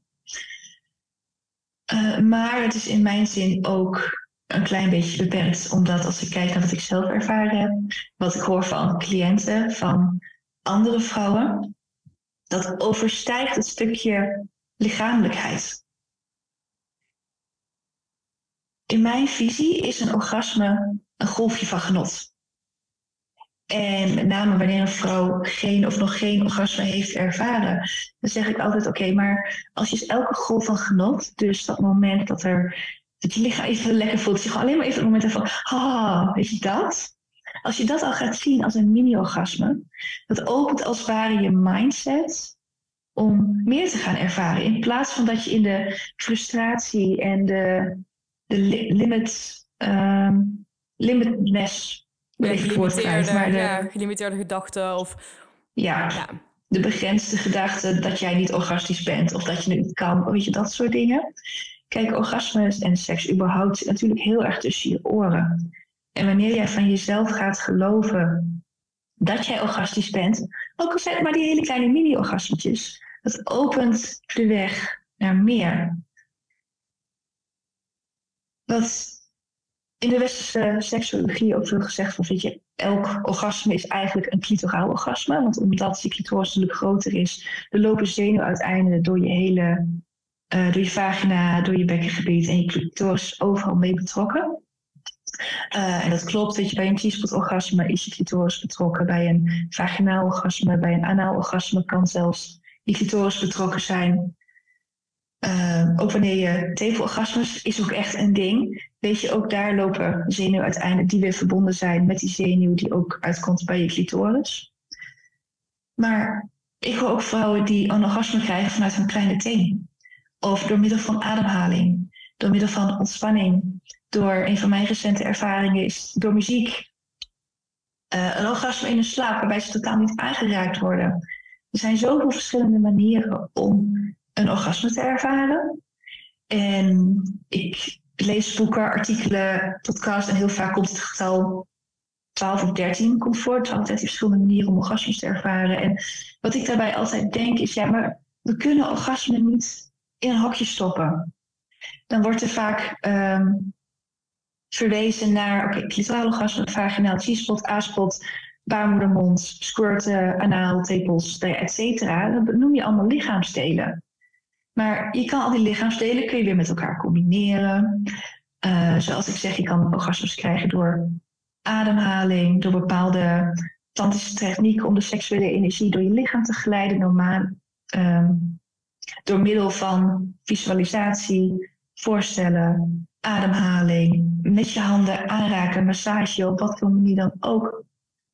Maar het is in mijn zin ook een klein beetje beperkt, omdat als ik kijk naar wat ik zelf ervaren heb, wat ik hoor van cliënten, van andere vrouwen, dat overstijgt het stukje lichamelijkheid. in mijn visie is een orgasme een golfje van genot. En met name wanneer een vrouw geen of nog geen orgasme heeft ervaren, dan zeg ik altijd: oké, maar als je elke golf van genot, dus dat moment dat je lichaam even lekker voelt, dat je gewoon alleen maar even het moment hebt van, weet je dat? Als je dat al gaat zien als een mini-orgasme, dat opent als het ware je mindset om meer te gaan ervaren. In plaats van dat je in de frustratie en de limitless,
Ja,
even het woord kwijt, maar
gelimiteerde gedachten of...
Ja, de begrensde gedachte dat jij niet orgastisch bent of dat je het niet kan, weet je, dat soort dingen. Kijk, orgasmes en seks überhaupt zit natuurlijk heel erg tussen je oren. En wanneer jij van jezelf gaat geloven dat jij orgastisch bent, ook al zijn het maar die hele kleine mini-orgasmetjes, dat opent de weg naar meer. Wat in de westerse seksologie ook veel gezegd van, weet je, elk orgasme is eigenlijk een clitoraal orgasme. Want omdat je clitoris natuurlijk groter is, er lopen zenuwuiteinden door door je vagina, door je bekkengebied en je clitoris is overal mee betrokken. En dat klopt, dat je bij een G-spot orgasme is je clitoris betrokken. Bij een vaginaal orgasme, bij een anaal orgasme kan zelfs je clitoris betrokken zijn. Ook wanneer je tevelorgasmes is ook echt een ding. Weet je, ook daar lopen zenuwuiteinden die weer verbonden zijn met die zenuw die ook uitkomt bij je clitoris. Maar ik hoor ook vrouwen die een orgasme krijgen vanuit hun kleine teen. Of door middel van ademhaling, door middel van ontspanning. Door een van mijn recente ervaringen is door muziek. Een orgasme in een slaap waarbij ze totaal niet aangeraakt worden. Er zijn zoveel verschillende manieren om een orgasme te ervaren. En ik lees boeken, artikelen, podcasts en heel vaak komt het getal 12 of 13 komt voor. 12 13 verschillende manieren om orgasmes te ervaren. En wat ik daarbij altijd denk is, ja, maar we kunnen orgasme niet in een hokje stoppen. Dan wordt er vaak verwezen naar, oké, clitoraal orgasme, vaginaal, G-spot, A-spot, baarmoedermond, squirten, anaal, tepels, et cetera. Dat noem je allemaal lichaamsdelen. Maar je kan al die lichaamsdelen kun je weer met elkaar combineren. Zoals ik zeg, je kan orgasmes krijgen door ademhaling, door bepaalde tantische technieken om de seksuele energie door je lichaam te geleiden, door middel van visualisatie, voorstellen, ademhaling, met je handen aanraken, massage, op wat voor manier dan ook.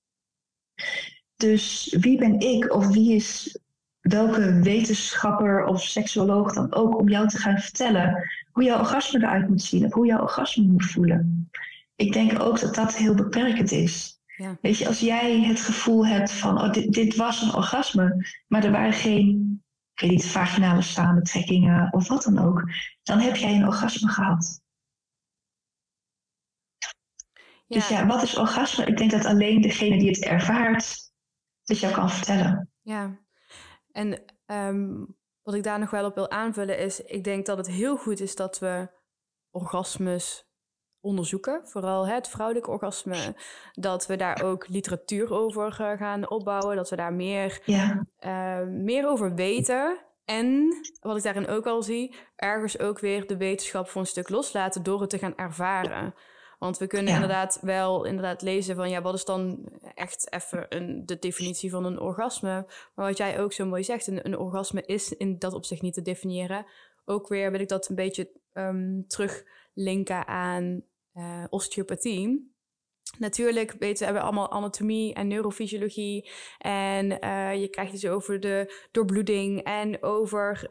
Dus wie ben ik of wie is welke wetenschapper of seksuoloog dan ook om jou te gaan vertellen hoe jouw orgasme eruit moet zien of hoe jouw orgasme moet voelen? Ik denk ook dat dat heel beperkend is.
Ja.
Weet je, als jij het gevoel hebt van, dit was een orgasme, maar er waren geen, ik weet niet, vaginale samentrekkingen of wat dan ook, dan heb jij een orgasme gehad. Ja. Dus ja, wat is orgasme? Ik denk dat alleen degene die het ervaart dat jou kan vertellen.
Ja, en wat ik daar nog wel op wil aanvullen is, ik denk dat het heel goed is dat we orgasmes onderzoeken, vooral het vrouwelijke orgasme, dat we daar ook literatuur over gaan opbouwen, dat we daar meer over weten. En wat ik daarin ook al zie, ergens ook weer de wetenschap voor een stuk loslaten door het te gaan ervaren. Want we kunnen inderdaad lezen van, ja, wat is dan echt even de definitie van een orgasme? Maar wat jij ook zo mooi zegt, een orgasme is in dat opzicht niet te definiëren. Ook weer wil ik dat een beetje teruglinken aan osteopathie. Natuurlijk hebben we allemaal anatomie en neurofysiologie. En je krijgt dus over de doorbloeding en over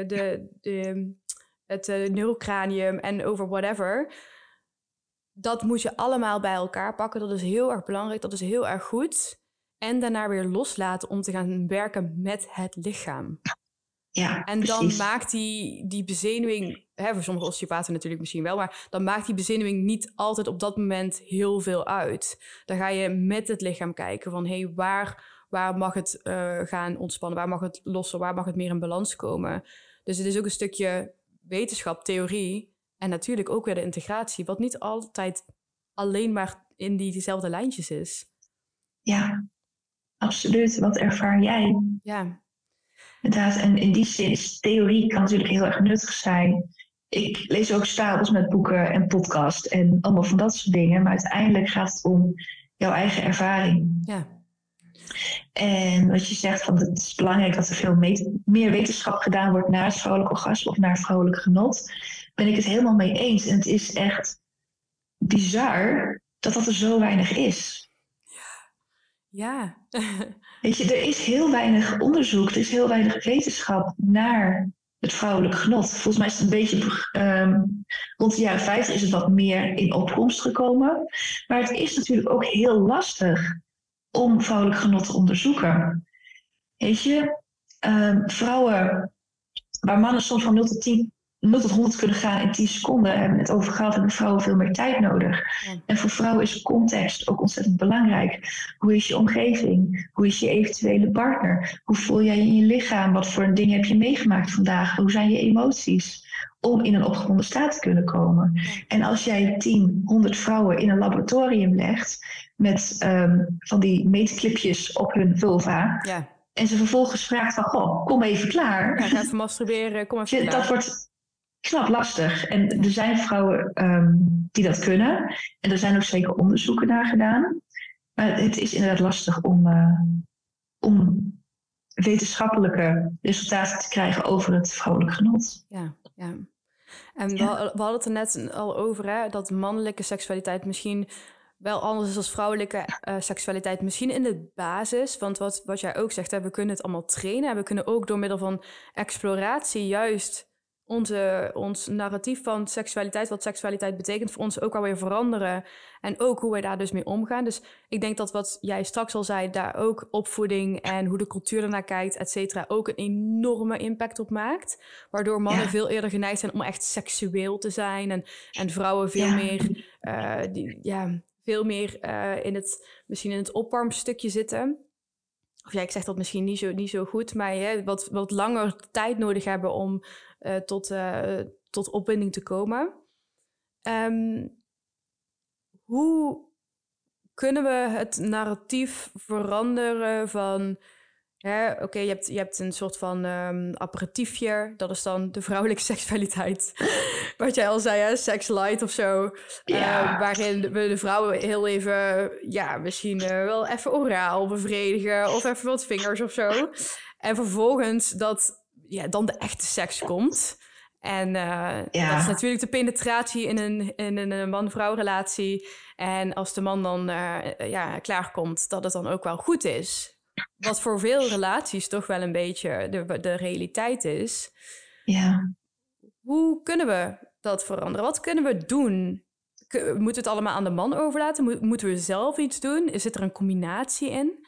het neurocranium en over whatever. Dat moet je allemaal bij elkaar pakken. Dat is heel erg belangrijk. Dat is heel erg goed. En daarna weer loslaten om te gaan werken met het lichaam.
Ja,
en
precies.
Dan maakt die bezenuwing, voor sommige osteopaten natuurlijk misschien wel, maar dan maakt die bezenuwing niet altijd op dat moment heel veel uit. Dan ga je met het lichaam kijken van, waar mag het gaan ontspannen? Waar mag het lossen? Waar mag het meer in balans komen? Dus het is ook een stukje wetenschap, theorie en natuurlijk ook weer de integratie, wat niet altijd alleen maar in diezelfde lijntjes is.
Ja, absoluut. Wat ervaar jij?
Ja.
Inderdaad, en in die zin is theorie kan natuurlijk heel erg nuttig zijn. ik lees ook stapels met boeken en podcast en allemaal van dat soort dingen. Maar uiteindelijk gaat het om jouw eigen ervaring.
Ja.
En wat je zegt, van het is belangrijk dat er veel meer wetenschap gedaan wordt naar het vrouwelijk orgasme of naar het vrouwelijk genot. Ben ik het helemaal mee eens. En het is echt bizar dat er zo weinig is.
Ja.
Weet je, er is heel weinig onderzoek, er is heel weinig wetenschap naar het vrouwelijk genot. Volgens mij is het een beetje rond de jaren 50 is het wat meer in opkomst gekomen. Maar het is natuurlijk ook heel lastig om vrouwelijk genot te onderzoeken. Weet je, vrouwen waar mannen soms van 0 tot 100 kunnen gaan in 10 seconden, hebben we het over gehad, hebben vrouwen veel meer tijd nodig. Ja. En voor vrouwen is context ook ontzettend belangrijk. Hoe is je omgeving? Hoe is je eventuele partner? Hoe voel jij je in je lichaam? Wat voor dingen heb je meegemaakt vandaag? Hoe zijn je emoties? Om in een opgewonden staat te kunnen komen. Ja. En als jij 10, 100 vrouwen in een laboratorium legt met van die meetclipjes op hun vulva. Ja. En ze vervolgens vraagt van, goh, kom even klaar.
Ja, ga even masturberen, kom even klaar.
Dat wordt knap lastig. En er zijn vrouwen die dat kunnen. En er zijn ook zeker onderzoeken naar gedaan. Maar het is inderdaad lastig om wetenschappelijke resultaten te krijgen over het vrouwelijk genot.
Ja, ja. En we hadden het er net al over, hè, dat mannelijke seksualiteit misschien wel anders is als vrouwelijke seksualiteit. Misschien in de basis, want wat jij ook zegt, hè, we kunnen het allemaal trainen. En we kunnen ook door middel van exploratie juist ons narratief van seksualiteit, wat seksualiteit betekent, voor ons ook alweer veranderen. En ook hoe wij daar dus mee omgaan. Dus ik denk dat wat jij straks al zei, daar ook opvoeding en hoe de cultuur ernaar kijkt, et cetera, ook een enorme impact op maakt. Waardoor mannen veel eerder geneigd zijn om echt seksueel te zijn. En vrouwen veel meer veel meer misschien in het opwarmstukje zitten. Of ja, ik zeg dat misschien niet zo goed, maar wat langer tijd nodig hebben om tot opwinding te komen. Hoe kunnen we het narratief veranderen van... Oké, je hebt een soort van aperitiefje. Dat is dan de vrouwelijke seksualiteit. Wat jij al zei, hè? Sex light of zo. Ja. Waarin we de vrouwen heel even... misschien wel even oraal bevredigen. Of even wat vingers of zo. En vervolgens dan de echte seks komt. En dat is natuurlijk de penetratie in een man-vrouw relatie. En als de man dan klaarkomt, dat het dan ook wel goed is. Wat voor veel relaties toch wel een beetje de realiteit is.
Ja.
Hoe kunnen we dat veranderen? Wat kunnen we doen? Moeten we het allemaal aan de man overlaten? Moeten we zelf iets doen? Zit er een combinatie in?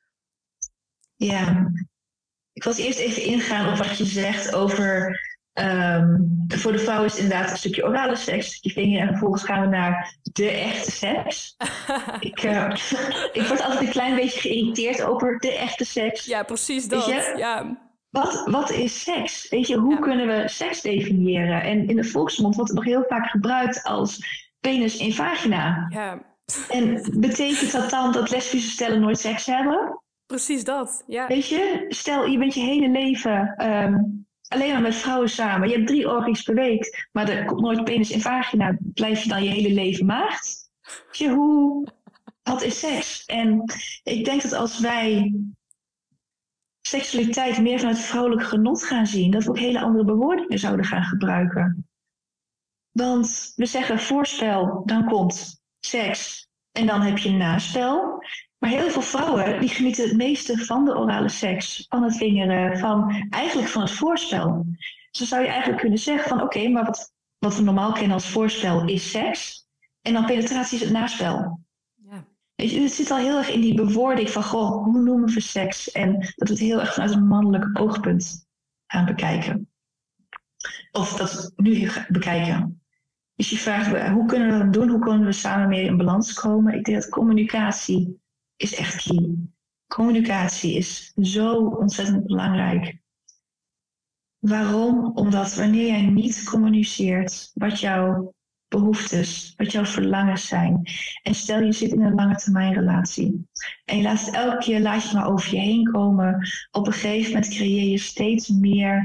Ja. Ik wil eerst even ingaan op wat je zegt over... voor de vrouw is het inderdaad een stukje orale seks, een stukje vinger, en vervolgens gaan we naar de echte seks. Ik word altijd een klein beetje geïrriteerd over de echte seks.
Ja, precies dat. Ja.
Wat is seks? Weet je, hoe kunnen we seks definiëren? En in de volksmond wordt het nog heel vaak gebruikt als penis in vagina.
Ja.
En betekent dat dan dat lesbische stellen nooit seks hebben?
Precies dat, ja.
Weet je, stel je bent je hele leven... alleen maar met vrouwen samen. Je hebt 3 orgies per week, maar er komt nooit penis in vagina. Blijf je dan je hele leven maagd? Wat is seks? En ik denk dat als wij seksualiteit meer vanuit vrouwelijk genot gaan zien, dat we ook hele andere bewoordingen zouden gaan gebruiken. Want we zeggen voorspel, dan komt seks en dan heb je naspel. Maar heel veel vrouwen die genieten het meeste van de orale seks, van het vingeren, eigenlijk van het voorspel. Dus dan zou je eigenlijk kunnen zeggen van oké, maar wat we normaal kennen als voorspel is seks. En dan penetratie is het naspel. Ja. Weet je, het zit al heel erg in die bewoording van goh, hoe noemen we seks? En dat we het heel erg vanuit een mannelijk oogpunt gaan bekijken. Of dat we het nu bekijken. Dus je vraagt, hoe kunnen we dat doen? Hoe kunnen we samen meer in balans komen? Ik denk dat communicatie is echt key. Communicatie is zo ontzettend belangrijk. Waarom? Omdat wanneer jij niet communiceert wat jouw behoeftes, wat jouw verlangens zijn. En stel je zit in een lange termijn relatie. En je elke keer laat je maar over je heen komen. Op een gegeven moment creëer je steeds meer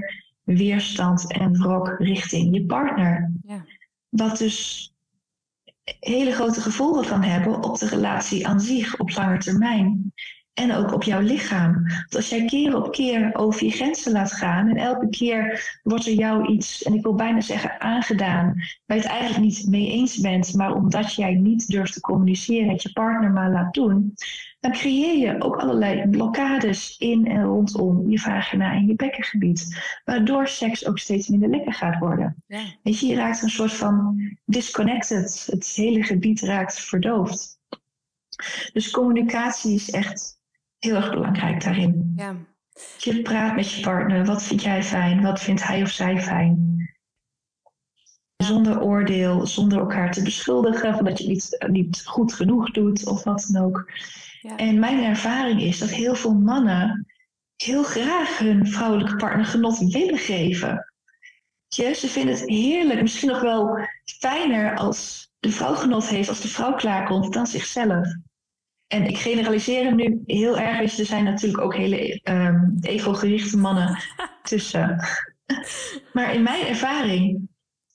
weerstand en wrok richting je partner.
Ja.
Wat dus hele grote gevolgen kan hebben op de relatie aan zich op lange termijn. En ook op jouw lichaam. Want als jij keer op keer over je grenzen laat gaan en elke keer wordt er jou iets, en ik wil bijna zeggen aangedaan, waar je het eigenlijk niet mee eens bent, maar omdat jij niet durft te communiceren, het je partner maar laat doen, dan creëer je ook allerlei blokkades in en rondom je vagina en je bekkengebied. Waardoor seks ook steeds minder lekker gaat worden.
Ja.
Weet je raakt een soort van disconnected. Het hele gebied raakt verdoofd. Dus communicatie is echt heel erg belangrijk daarin.
Ja.
Je praat met je partner. Wat vind jij fijn? Wat vindt hij of zij fijn? Zonder oordeel, zonder elkaar te beschuldigen van dat je het niet goed genoeg doet of wat dan ook. Ja. En mijn ervaring is dat heel veel mannen heel graag hun vrouwelijke partner genot willen geven. Ze vinden het heerlijk, misschien nog wel fijner als de vrouw genot heeft, als de vrouw klaarkomt, dan zichzelf. En ik generaliseer hem nu heel erg, dus er zijn natuurlijk ook hele ego-gerichte mannen tussen. Maar in mijn ervaring,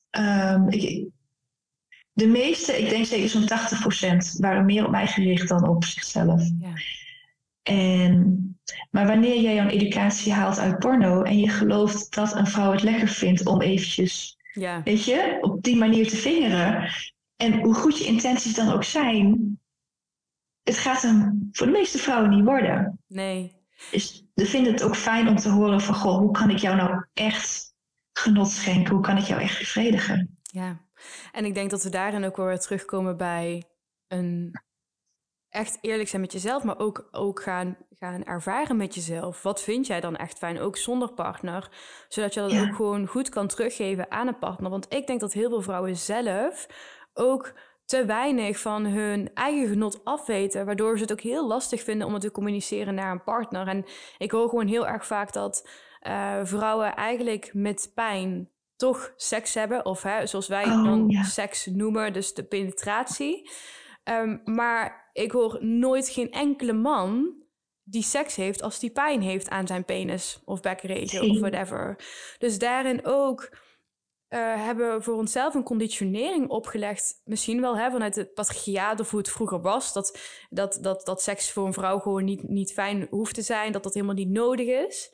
de meeste, ik denk zeker zo'n 80%, waren meer op mij gericht dan op zichzelf. Ja. Maar wanneer jij jouw educatie haalt uit porno en je gelooft dat een vrouw het lekker vindt om eventjes, weet je, op die manier te vingeren, en hoe goed je intenties dan ook zijn, het gaat hem voor de meeste vrouwen niet worden.
Nee.
Dus ze vinden het ook fijn om te horen van, goh, hoe kan ik jou nou echt genot schenken? Hoe kan ik jou echt bevredigen?
Ja, en ik denk dat we daarin ook wel weer terugkomen bij een echt eerlijk zijn met jezelf, maar ook gaan ervaren met jezelf. Wat vind jij dan echt fijn, ook zonder partner? Zodat je dat ook gewoon goed kan teruggeven aan een partner. Want ik denk dat heel veel vrouwen zelf ook te weinig van hun eigen genot afweten, waardoor ze het ook heel lastig vinden om het te communiceren naar een partner. En ik hoor gewoon heel erg vaak dat vrouwen eigenlijk met pijn toch seks hebben, of zoals wij seks noemen, dus de penetratie. Maar ik hoor nooit geen enkele man die seks heeft als die pijn heeft aan zijn penis of bekkenregio of whatever. Dus daarin ook hebben we voor onszelf een conditionering opgelegd. Misschien wel vanuit het patriarchaat of hoe het vroeger was. Dat seks voor een vrouw gewoon niet fijn hoeft te zijn. Dat helemaal niet nodig is.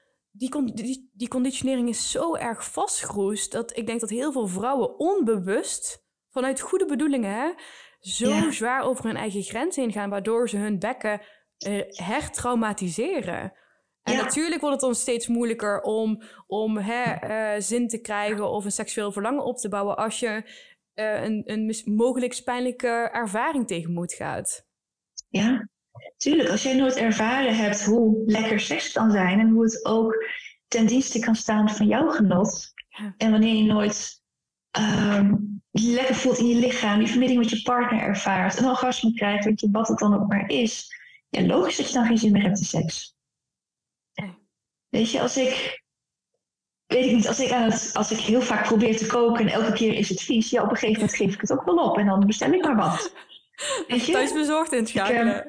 Die conditionering is zo erg vastgeroest dat ik denk dat heel veel vrouwen onbewust, vanuit goede bedoelingen, zo zwaar over hun eigen grens heen gaan, waardoor ze hun bekken hertraumatiseren. En natuurlijk wordt het dan steeds moeilijker om zin te krijgen of een seksueel verlangen op te bouwen als je een mogelijk pijnlijke ervaring tegemoet gaat.
Ja, tuurlijk. Als jij nooit ervaren hebt hoe lekker seks kan zijn en hoe het ook ten dienste kan staan van jouw genot. Ja. En wanneer je nooit je lekker voelt in je lichaam, die verbinding met je partner ervaart, een orgasme krijgt, weet je, wat het dan ook maar is. Ja, logisch dat je dan geen zin meer hebt in seks. Weet je, als ik heel vaak probeer te koken en elke keer is het vies, ja, op een gegeven moment geef ik het ook wel op en dan bestel ik maar wat.
Weet je? Thuisbezorgd inschakelen.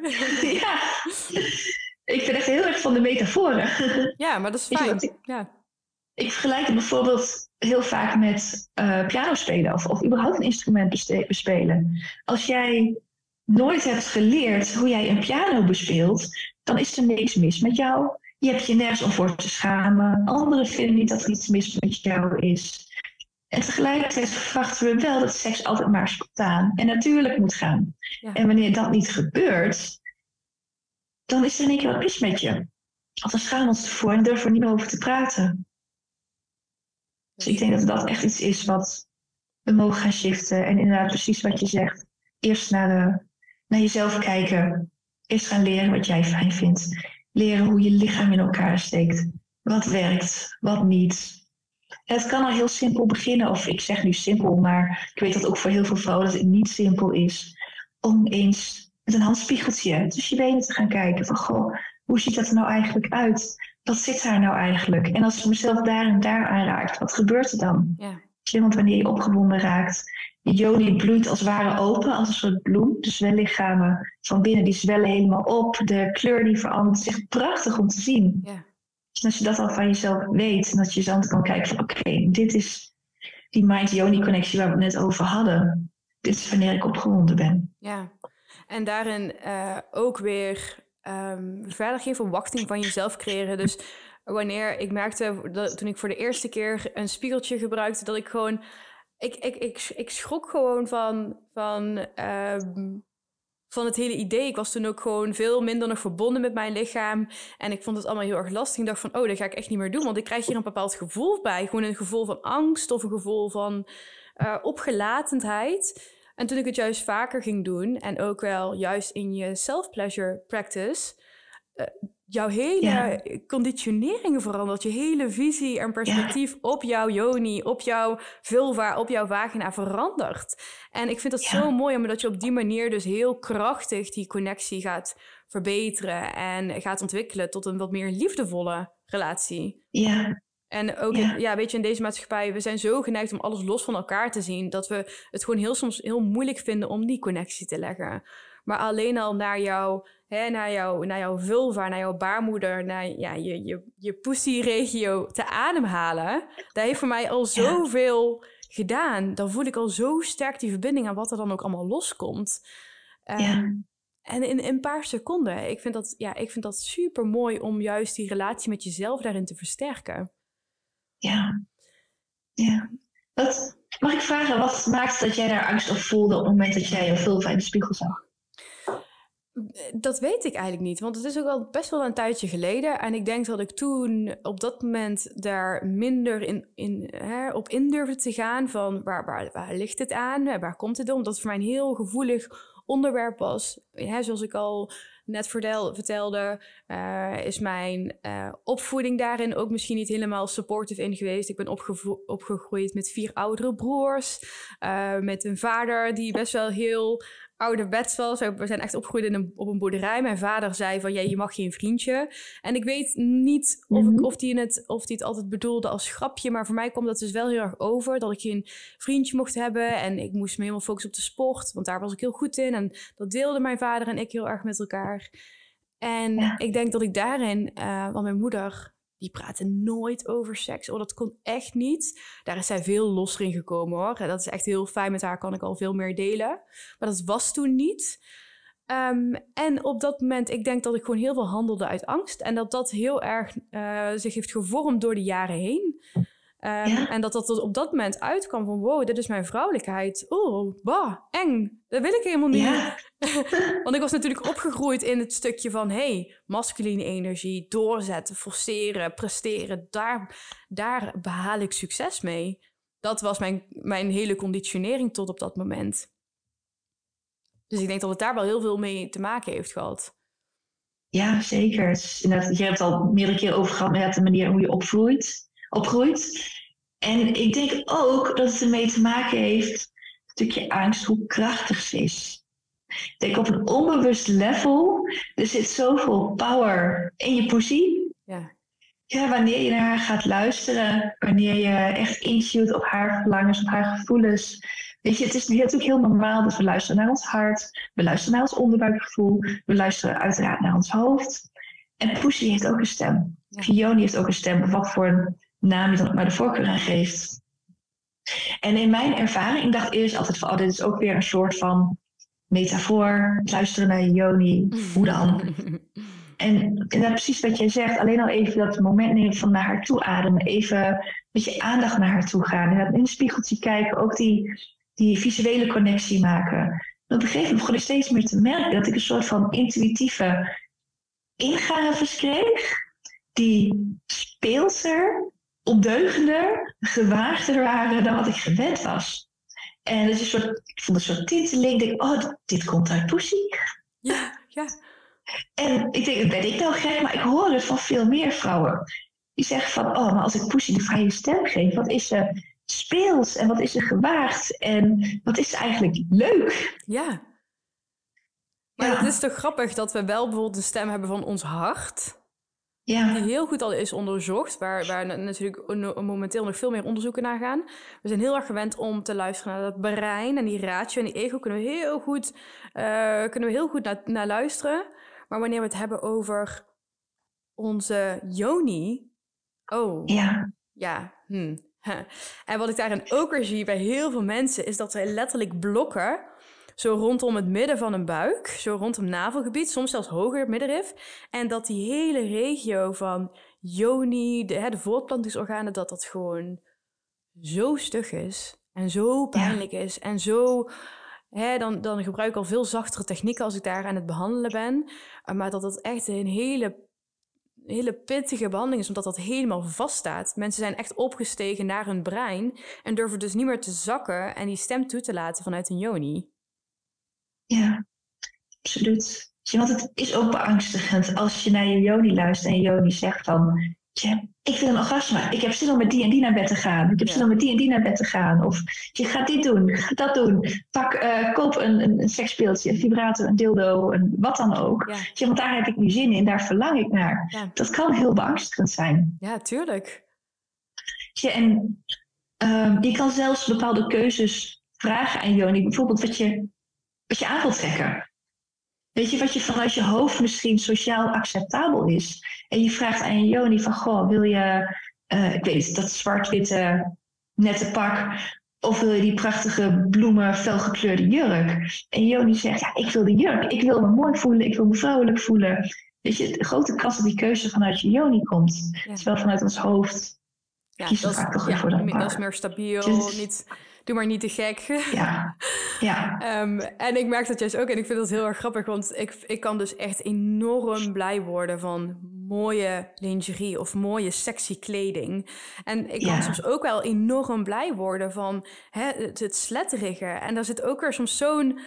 Ik ben echt heel erg van de metaforen.
Ja, maar dat is fijn.
Ik vergelijk het bijvoorbeeld heel vaak met piano spelen of überhaupt een instrument bespelen. Als jij nooit hebt geleerd hoe jij een piano bespeelt, dan is er niks mis met jou. Je hebt je nergens om voor te schamen. Anderen vinden niet dat er iets mis met jou is. En tegelijkertijd verwachten we wel dat seks altijd maar spontaan en natuurlijk moet gaan. Ja. En wanneer dat niet gebeurt, dan is er in één keer wat mis met je. Of dan schamen we ons ervoor en durven we niet meer over te praten. Dus ik denk dat dat echt iets is wat we mogen gaan shiften. En inderdaad precies wat je zegt. Eerst naar jezelf kijken. Eerst gaan leren wat jij fijn vindt. Leren hoe je lichaam in elkaar steekt. Wat werkt, wat niet. Het kan al heel simpel beginnen. Of ik zeg nu simpel, maar ik weet dat ook voor heel veel vrouwen dat het niet simpel is. Om eens met een handspiegeltje tussen je benen te gaan kijken. Van goh, hoe ziet dat er nou eigenlijk uit? Wat zit daar nou eigenlijk? En als ik mezelf daar en daar aanraakt, wat gebeurt er dan? Ja. Want wanneer je opgewonden raakt, je yoni bloeit als het ware open, als een soort bloem. De zwellichamen van binnen die zwellen helemaal op. De kleur die verandert. Het is echt prachtig om te zien. Ja. Dus als je dat al van jezelf weet, en dat je dan kan kijken van oké, dit is die mind-yoni connectie waar we het net over hadden. Dit is wanneer ik opgewonden ben.
Ja, en daarin ook weer verder geen verwachting van jezelf creëren. Dus wanneer ik merkte, toen ik voor de eerste keer een spiegeltje gebruikte, dat ik gewoon... Ik schrok gewoon van het hele idee. Ik was toen ook gewoon veel minder nog verbonden met mijn lichaam. En ik vond het allemaal heel erg lastig. Ik dacht van, dat ga ik echt niet meer doen. Want ik krijg hier een bepaald gevoel bij. Gewoon een gevoel van angst of een gevoel van opgelatendheid. En toen ik het juist vaker ging doen... en ook wel juist in je self-pleasure practice... jouw hele conditioneringen verandert. Je hele visie en perspectief op jouw yoni, op jouw vulva, op jouw vagina verandert. En ik vind dat zo mooi, omdat je op die manier dus heel krachtig die connectie gaat verbeteren en gaat ontwikkelen tot een wat meer liefdevolle relatie.
Ja.
En ook, weet je, in deze maatschappij, we zijn zo geneigd om alles los van elkaar te zien, dat we het gewoon soms heel moeilijk vinden om die connectie te leggen. Maar alleen al naar jouw vulva, naar jouw baarmoeder, naar je pussy-regio te ademhalen, dat heeft voor mij al zoveel gedaan. Dan voel ik al zo sterk die verbinding aan wat er dan ook allemaal loskomt. En in een paar seconden. Ik vind dat super mooi om juist die relatie met jezelf daarin te versterken.
Ja. Mag ik vragen, wat maakt dat jij daar angst op voelde op het moment dat jij je vulva in de spiegel zag?
Dat weet ik eigenlijk niet, want het is ook al best wel een tijdje geleden. En ik denk dat ik toen op dat moment daar minder op in durfde te gaan. Van waar ligt het aan? Waar komt het om? Dat het voor mij een heel gevoelig onderwerp was. Zoals ik al net vertelde, is mijn opvoeding daarin ook misschien niet helemaal supportive in geweest. Ik ben opgegroeid met 4 oudere broers. Met een vader die best wel heel ouderwets was. We zijn echt opgegroeid op een boerderij. Mijn vader zei van, je mag geen vriendje. En ik weet niet of hij het altijd bedoelde als grapje, maar voor mij kwam dat dus wel heel erg over, dat ik geen vriendje mocht hebben. En ik moest me helemaal focussen op de sport, want daar was ik heel goed in. En dat deelden mijn vader en ik heel erg met elkaar. En ik denk dat ik daarin, want mijn moeder, die praatte nooit over seks. Dat kon echt niet. Daar is zij veel losser in gekomen, hoor. En dat is echt heel fijn. Met haar kan ik al veel meer delen. Maar dat was toen niet. En op dat moment, ik denk dat ik gewoon heel veel handelde uit angst. En dat heel erg zich heeft gevormd door de jaren heen. En dat op dat moment uitkwam van, wow, dit is mijn vrouwelijkheid. Oh, eng. Dat wil ik helemaal niet. Ja. Want ik was natuurlijk opgegroeid in het stukje van, masculine energie, doorzetten, forceren, presteren. Daar behaal ik succes mee. Dat was mijn hele conditionering tot op dat moment. Dus ik denk dat het daar wel heel veel mee te maken heeft gehad.
Ja, zeker. Je hebt het al meerdere keer over gehad met de manier hoe je opgroeit. En ik denk ook dat het ermee te maken heeft, een stukje angst, hoe krachtig ze is. Ik denk op een onbewust level, er zit zoveel power in je poesie. Ja, wanneer je naar haar gaat luisteren, wanneer je echt intunt op haar verlangens, op haar gevoelens. Weet je, het is natuurlijk heel normaal dat we luisteren naar ons hart, we luisteren naar ons onderbuikgevoel, we luisteren uiteraard naar ons hoofd. En poesie heeft ook een stem. Yoni heeft ook een stem, of wat voor een naam je dan maar de voorkeur aan geeft. En in mijn ervaring, ik dacht eerst altijd van, dit is ook weer een soort van metafoor, luisteren naar je yoni, hoe dan? En dat precies wat jij zegt, alleen al even dat moment nemen van naar haar toe ademen, even met je aandacht naar haar toe gaan, en in het spiegeltje kijken, ook die visuele connectie maken. En op een gegeven moment begon ik steeds meer te merken dat ik een soort van intuïtieve ingaves kreeg, die speelser, ondeugender, gewaagder waren dan wat ik gewend was. En het is ik vond een soort tinteling. Ik denk, dit komt uit poesie.
Ja.
En ik denk, ben ik nou gek? Maar ik hoor het van veel meer vrouwen. Die zeggen van, maar als ik poesie de vrije stem geef, wat is er speels en wat is er gewaagd en wat is er eigenlijk leuk?
Ja. Maar het is toch grappig dat we wel bijvoorbeeld de stem hebben van ons hart. Ja. Die heel goed al is onderzocht, waar natuurlijk momenteel nog veel meer onderzoeken naar gaan. We zijn heel erg gewend om te luisteren naar dat brein en die ratio en die ego kunnen we heel goed naar luisteren. Maar wanneer we het hebben over onze yoni. Oh,
Ja.
ja. En wat ik daarin ook weer zie bij heel veel mensen... is dat ze letterlijk blokken... zo rondom het midden van een buik... zo rondom het navelgebied, soms zelfs hoger middenrif... en dat die hele regio van yoni, de voortplantingsorganen... dat gewoon zo stug is en zo pijnlijk is... en zo... Dan gebruik ik al veel zachtere technieken als ik daar aan het behandelen ben. Maar dat het echt een hele pittige behandeling is, omdat dat helemaal vaststaat. Mensen zijn echt opgestegen naar hun brein en durven dus niet meer te zakken en die stem toe te laten vanuit hun yoni.
Ja, absoluut. Want het is ook beangstigend als je naar je yoni luistert en je yoni zegt van... ik wil een orgasme. Ik heb zin om met die en die naar bed te gaan. Ik heb zin om met die en die naar bed te gaan. Of je gaat dit doen, ga dat doen. Koop een seksspeeltje, een vibrator, een dildo, wat dan ook. Want daar heb ik nu zin in, daar verlang ik naar. Ja. Dat kan heel beangstigend zijn.
Ja, tuurlijk.
En je kan zelfs bepaalde keuzes vragen aan yoni. Bijvoorbeeld wat je aan wilt trekken. Weet je, wat je vanuit je hoofd misschien sociaal acceptabel is. En je vraagt aan je yoni van, goh, wil je, ik weet niet, dat zwart-witte nette pak... of wil je die prachtige bloemen felgekleurde jurk? En yoni zegt, ja, ik wil de jurk. Ik wil me mooi voelen, ik wil me vrouwelijk voelen. Weet je, de grote kans dat die keuze vanuit je yoni komt. Ja. Terwijl vanuit ons hoofd kiezen we vaak toch weer voor dat pak.
Dat is meer stabiel, doe maar niet te gek.
Ja.
En ik merk dat juist ook. En ik vind dat heel erg grappig. Want ik kan dus echt enorm blij worden van mooie lingerie of mooie sexy kleding. En ik kan soms ook wel enorm blij worden van het sletterige. En daar zit ook weer soms zo'n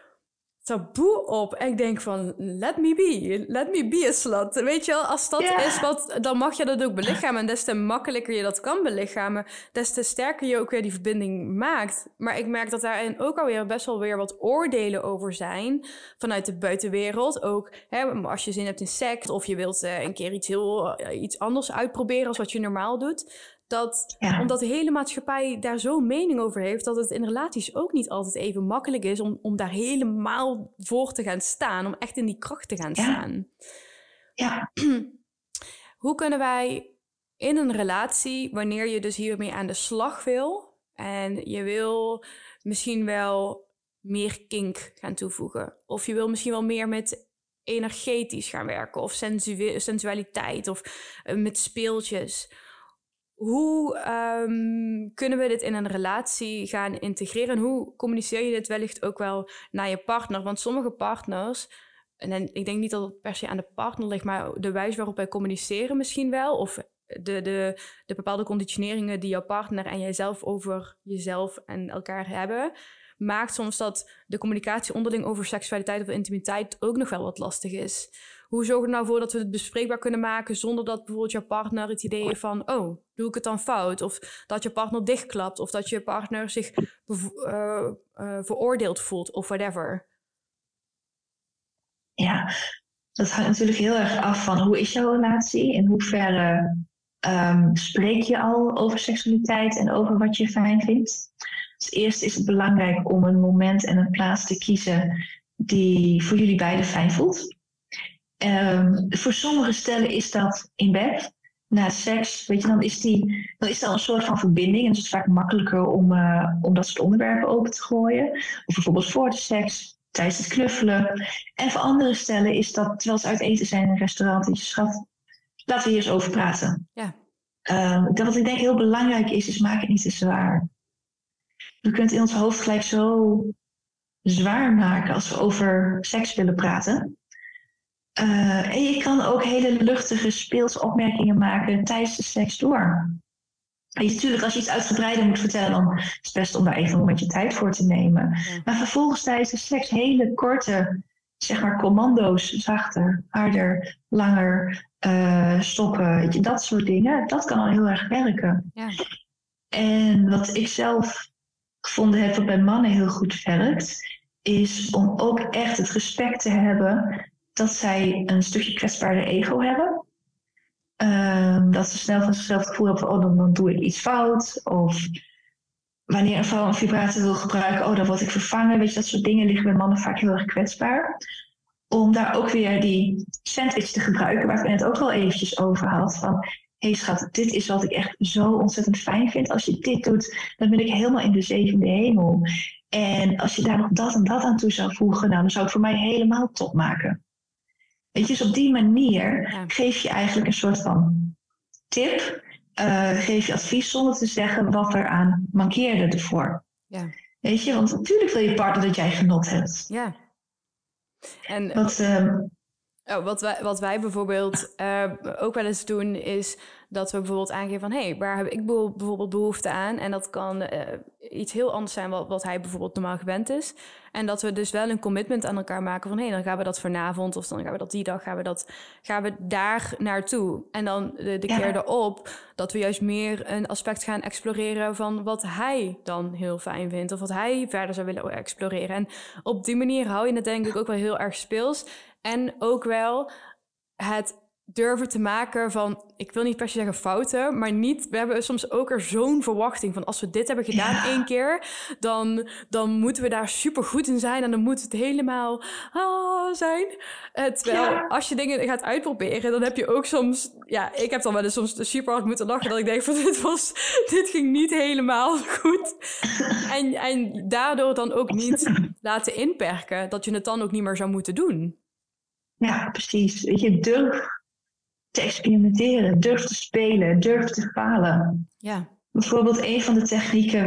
taboe op. En ik denk van, let me be a slut. Weet je wel, als dat is dan mag je dat ook belichamen. En des te makkelijker je dat kan belichamen, des te sterker je ook weer die verbinding maakt. Maar ik merk dat daarin ook alweer best wel weer wat oordelen over zijn vanuit de buitenwereld. Ook als je zin hebt in seks of je wilt een keer iets anders uitproberen als wat je normaal doet. Omdat de hele maatschappij daar zo'n mening over heeft, dat het in relaties ook niet altijd even makkelijk is om daar helemaal voor te gaan staan, om echt in die kracht te gaan staan.
Ja.
Hoe kunnen wij in een relatie, wanneer je dus hiermee aan de slag wil en je wil misschien wel meer kink gaan toevoegen, of je wil misschien wel meer met energetisch gaan werken, of sensualiteit, of met speeltjes. Hoe kunnen we dit in een relatie gaan integreren? En hoe communiceer je dit wellicht ook wel naar je partner? Want sommige partners, en ik denk niet dat het per se aan de partner ligt, maar de wijze waarop wij communiceren misschien wel, of de bepaalde conditioneringen die jouw partner en jijzelf over jezelf en elkaar hebben, maakt soms dat de communicatie onderling over seksualiteit of intimiteit ook nog wel wat lastig is. Hoe zorgen we er nou voor dat we het bespreekbaar kunnen maken zonder dat bijvoorbeeld jouw partner het idee heeft van, oh, doe ik het dan fout? Of dat je partner dichtklapt, of dat je partner zich veroordeeld voelt, of whatever.
Ja, dat hangt natuurlijk heel erg af van hoe is jouw relatie? In hoeverre spreek je al over seksualiteit en over wat je fijn vindt? Dus eerst is het belangrijk om een moment en een plaats te kiezen die voor jullie beiden fijn voelt. Voor sommige stellen is dat in bed, na seks, weet je, dan is er een soort van verbinding. En het is vaak makkelijker om dat soort onderwerpen open te gooien. Of bijvoorbeeld voor de seks, tijdens het knuffelen. En voor andere stellen is dat, terwijl ze uit eten zijn in een restaurant, dat je schat, laten we hier eens over praten.
Ja.
Wat ik denk heel belangrijk is maak het niet te zwaar. We kunnen het in ons hoofd gelijk zo zwaar maken als we over seks willen praten. En je kan ook hele luchtige speelse opmerkingen maken tijdens de seks door. En natuurlijk, als je iets uitgebreider moet vertellen, dan is het best om daar even een momentje tijd voor te nemen. Ja. Maar vervolgens tijdens de seks hele korte, zeg maar, commando's, zachter, harder, langer, stoppen, dat soort dingen, dat kan al heel erg werken. Ja. En wat ik zelf gevonden heb, wat bij mannen heel goed werkt, is om ook echt het respect te hebben dat zij een stukje kwetsbaarder ego hebben. Dat ze snel van zichzelf het gevoel hebben van, dan doe ik iets fout. Of wanneer een vrouw een vibrator wil gebruiken, dan word ik vervangen. Weet je, dat soort dingen liggen bij mannen vaak heel erg kwetsbaar. om daar ook weer die sandwich te gebruiken, waar ik het ook wel eventjes over had. Van, hé schat, dit is wat ik echt zo ontzettend fijn vind. Als je dit doet, dan ben ik helemaal in de zevende hemel. En als je daar nog dat en dat aan toe zou voegen, nou, dan zou het voor mij helemaal top maken. Weet je, dus op die manier geef je eigenlijk een soort van tip, geef je advies zonder te zeggen wat er aan mankeerde ervoor.
Ja.
Weet je, want natuurlijk wil je partner dat jij genot hebt.
Ja. En wat wij bijvoorbeeld ook wel eens doen, is dat we bijvoorbeeld aangeven van, hé, waar heb ik bijvoorbeeld behoefte aan? En dat kan iets heel anders zijn wat hij bijvoorbeeld normaal gewend is. En dat we dus wel een commitment aan elkaar maken van, hé, dan gaan we dat vanavond, of dan gaan we dat die dag, gaan we daar naartoe. En dan de keer erop, dat we juist meer een aspect gaan exploreren van wat hij dan heel fijn vindt, of wat hij verder zou willen exploreren. En op die manier hou je het denk ik ook wel heel erg speels. En ook wel het durven te maken van, ik wil niet per se zeggen fouten, maar niet, we hebben soms ook er zo'n verwachting van, als we dit hebben gedaan één keer, dan moeten we daar super goed in zijn en dan moet het helemaal zijn. Terwijl als je dingen gaat uitproberen, dan heb je ook soms, ik heb dan wel eens soms super hard moeten lachen, dat ik denk van, dit ging niet helemaal goed. En daardoor dan ook niet laten inperken, dat je het dan ook niet meer zou moeten doen.
Ja, precies. Weet je, durf te experimenteren, durf te spelen, durf te falen.
Ja.
Bijvoorbeeld een van de technieken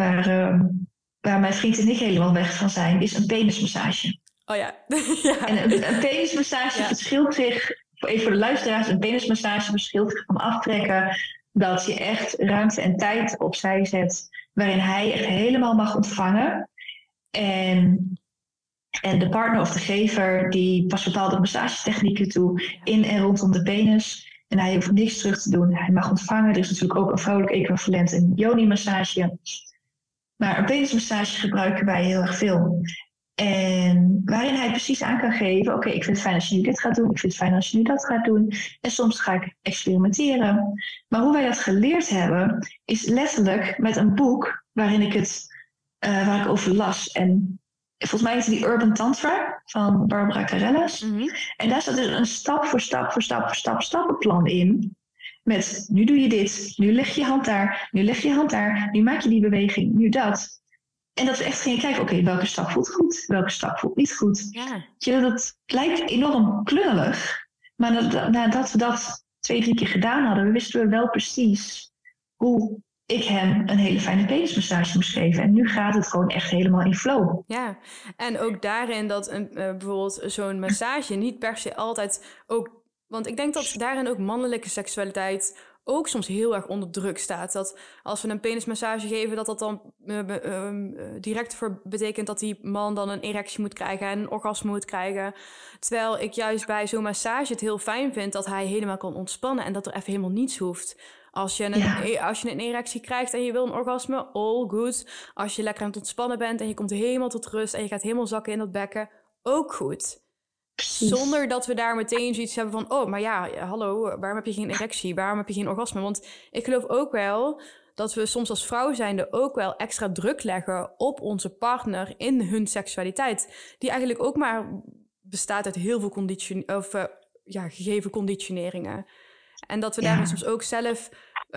waar mijn vriend en ik helemaal weg van zijn, is een penismassage.
Oh ja.
En een penismassage verschilt zich, even voor de luisteraars, een penismassage verschilt zich van aftrekken dat je echt ruimte en tijd opzij zet, waarin hij echt helemaal mag ontvangen. En de partner of de gever die past bepaalde massagetechnieken toe in en rondom de penis. En hij hoeft niks terug te doen. Hij mag ontvangen. Er is natuurlijk ook een vrouwelijk equivalent, een yoni-massage. Maar een penismassage gebruiken wij heel erg veel. En waarin hij precies aan kan geven, oké, ik vind het fijn als je nu dit gaat doen. Ik vind het fijn als je nu dat gaat doen. En soms ga ik experimenteren. Maar hoe wij dat geleerd hebben, is letterlijk met een boek waarin waar ik over las. En volgens mij is het die Urban Tantra van Barbara Carrellas.
Mm-hmm.
En daar staat dus een stap voor stap stappenplan in. Met nu doe je dit, nu leg je hand daar, nu leg je hand daar, nu maak je die beweging, nu dat. En dat we echt gingen kijken, oké, welke stap voelt goed, welke stap voelt niet goed. Ja. Dat lijkt enorm klungelig. Maar nadat we dat 2-3 keer gedaan hadden, wisten we wel precies hoe ik hem een hele fijne penismassage moest geven. En nu gaat het gewoon echt helemaal in flow.
Ja, en ook daarin dat bijvoorbeeld zo'n massage niet per se altijd ook... Want ik denk dat daarin ook mannelijke seksualiteit ook soms heel erg onder druk staat. Dat als we een penismassage geven, dat dan direct betekent dat die man dan een erectie moet krijgen en een orgasme moet krijgen. Terwijl ik juist bij zo'n massage het heel fijn vind dat hij helemaal kan ontspannen en dat er even helemaal niets hoeft. Als je een erectie krijgt en je wil een orgasme, all good. Als je lekker aan het ontspannen bent en je komt helemaal tot rust en je gaat helemaal zakken in dat bekken, ook goed. Zonder dat we daar meteen zoiets hebben van, oh, maar hallo, waarom heb je geen erectie? Waarom heb je geen orgasme? Want ik geloof ook wel dat we soms als vrouw zijnde ook wel extra druk leggen op onze partner in hun seksualiteit. Die eigenlijk ook maar bestaat uit heel veel gegeven conditioneringen. En dat we daarin soms ook zelf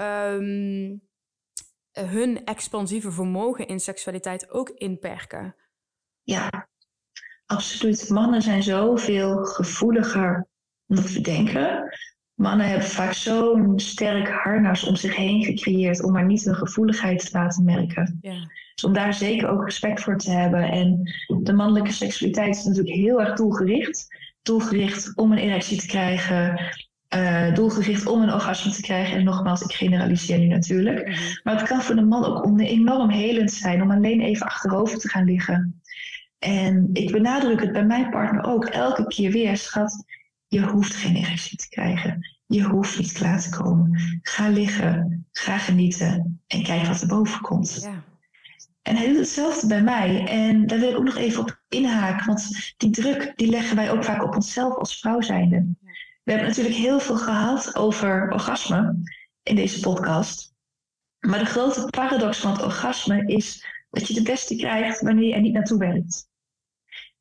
hun expansieve vermogen in seksualiteit ook inperken.
Ja, absoluut. Mannen zijn zoveel gevoeliger dan we denken. Mannen hebben vaak zo'n sterk harnas om zich heen gecreëerd om maar niet hun gevoeligheid te laten merken.
Ja.
Dus om daar zeker ook respect voor te hebben. En de mannelijke seksualiteit is natuurlijk heel erg doelgericht. Doelgericht om een erectie te krijgen. Doelgericht om een orgasme te krijgen. En nogmaals, ik generaliseer nu natuurlijk. Mm-hmm. Maar het kan voor de man ook enorm helend zijn om alleen even achterover te gaan liggen. En ik benadruk het bij mijn partner ook elke keer weer, schat. Je hoeft geen erectie te krijgen. Je hoeft niet klaar te komen. Ga liggen, ga genieten en kijk wat er boven komt. Ja. En hij doet hetzelfde bij mij. En daar wil ik ook nog even op inhaken. Want die druk die leggen wij ook vaak op onszelf als vrouw zijnde. We hebben natuurlijk heel veel gehad over orgasme in deze podcast. Maar de grote paradox van het orgasme is dat je de beste krijgt wanneer je er niet naartoe werkt.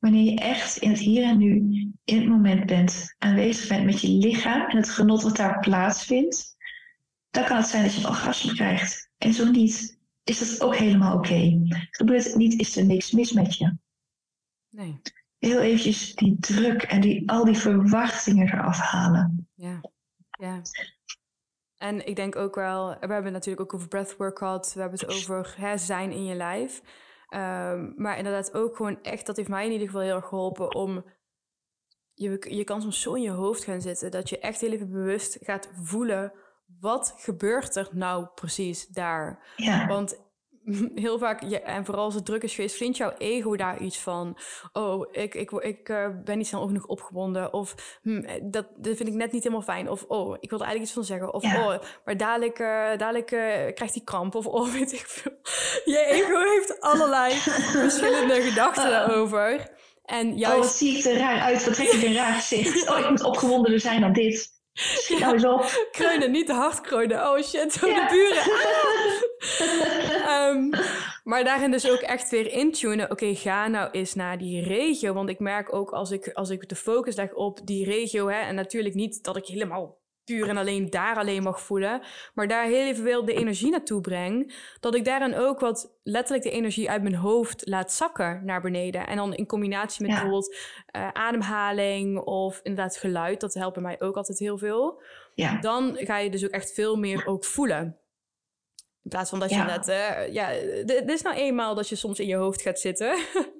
wanneer je echt in het hier en nu, in het moment bent, aanwezig bent met je lichaam en het genot wat daar plaatsvindt, dan kan het zijn dat je een orgasme krijgt. En zo niet, is dat ook helemaal oké. Gebeurt het niet, is er niks mis met je.
Nee.
Heel eventjes die druk en al die verwachtingen eraf halen.
Ja. En ik denk ook wel, we hebben het natuurlijk ook over breathwork gehad. We hebben het over zijn in je lijf. Maar inderdaad ook gewoon echt, dat heeft mij in ieder geval heel erg geholpen om... Je kan soms zo in je hoofd gaan zitten dat je echt heel even bewust gaat voelen... wat gebeurt er nou precies daar?
Ja.
Want heel vaak, en vooral als het druk is geweest, vindt jouw ego daar iets van... oh, ik ben niet snel genoeg opgewonden. Of dat vind ik net niet helemaal fijn. Of oh, ik wil er eigenlijk iets van zeggen. Of oh, maar dadelijk krijgt hij kramp. Of oh, weet ik veel. Je ego heeft allerlei verschillende gedachten daarover. En juist...
Oh, wat zie ik er raar uit. Wat trek ik een raar gezicht. Oh, ik moet opgewondener zijn dan dit. Schiet nou eens op.
Kreunen, niet te hard kreunen. Oh shit, zo de buren. Maar daarin dus ook echt weer intunen. Oké, ga nou eens naar die regio. Want ik merk ook als ik de focus leg op die regio... en natuurlijk niet dat ik helemaal puur en alleen daar alleen mag voelen... maar daar heel even wel de energie naartoe breng... dat ik daarin ook wat letterlijk de energie uit mijn hoofd laat zakken naar beneden. En dan in combinatie met bijvoorbeeld ademhaling of inderdaad geluid... dat helpt bij mij ook altijd heel veel...
Ja.
Dan ga je dus ook echt veel meer ook voelen. In plaats van dat je net... dit is nou eenmaal dat je soms in je hoofd gaat zitten.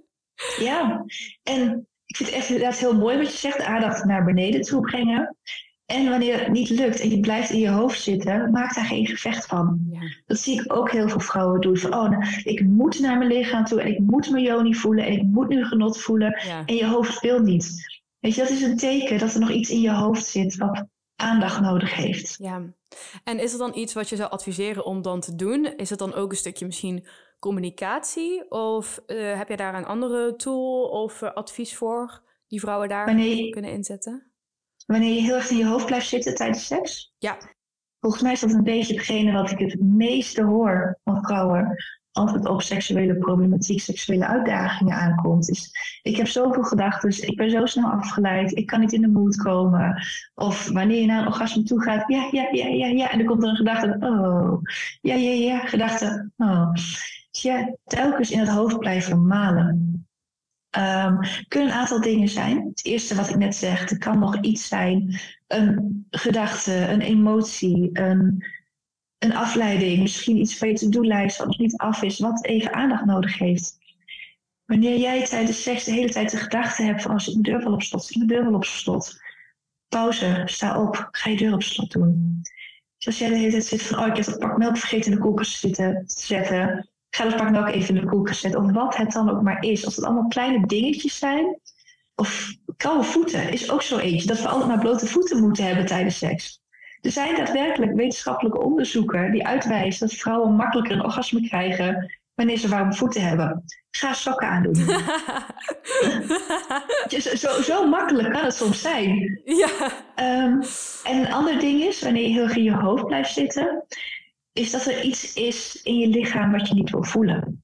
Ja, en ik vind het echt inderdaad heel mooi wat je zegt. De aandacht naar beneden toe brengen. En wanneer het niet lukt en je blijft in je hoofd zitten, maak daar geen gevecht van. Ja. Dat zie ik ook heel veel vrouwen doen. Van, nou, ik moet naar mijn lichaam toe en ik moet mijn yoni voelen en ik moet nu genot voelen. Ja. En je hoofd wil niet. Weet je, dat is een teken dat er nog iets in je hoofd zit wat aandacht nodig heeft.
Ja, en is er dan iets wat je zou adviseren om dan te doen? Is het dan ook een stukje misschien communicatie? Of heb je daar een andere tool of advies voor die vrouwen daar kunnen inzetten?
Wanneer je heel erg in je hoofd blijft zitten tijdens seks?
Ja.
Volgens mij is dat een beetje hetgene wat ik het meeste hoor van vrouwen als het op seksuele problematiek, seksuele uitdagingen aankomt. Dus ik heb zoveel gedachten, dus ik ben zo snel afgeleid, ik kan niet in de mood komen. Of wanneer je naar een orgasme toe gaat, ja. En dan komt er een gedachte, oh, ja, gedachte, oh. Dus ja, telkens in het hoofd blijven malen. Kunnen een aantal dingen zijn. Het eerste wat ik net zeg, er kan nog iets zijn, een gedachte, een emotie, een afleiding, misschien iets van je to-do-lijst wat nog niet af is, wat even aandacht nodig heeft. Wanneer jij tijdens seks de hele tijd de gedachte hebt van, als ik mijn deur wel op slot, zit mijn deur wel op slot. Pauze, sta op, ga je deur op slot doen. Dus als jij de hele tijd zit van, oh, ik heb dat pak melk vergeten in de koelkast te zetten, ga dat pak melk even in de koelkast zetten. Of wat het dan ook maar is. Als het allemaal kleine dingetjes zijn. Of koude voeten is ook zo eentje. Dat we altijd maar blote voeten moeten hebben tijdens seks. Er zijn daadwerkelijk wetenschappelijke onderzoeken die uitwijzen dat vrouwen makkelijker een orgasme krijgen wanneer ze warme voeten hebben. Ga sokken aandoen. Zo makkelijk kan het soms zijn.
Ja.
En een ander ding is, wanneer je heel erg in je hoofd blijft zitten, is dat er iets is in je lichaam wat je niet wil voelen.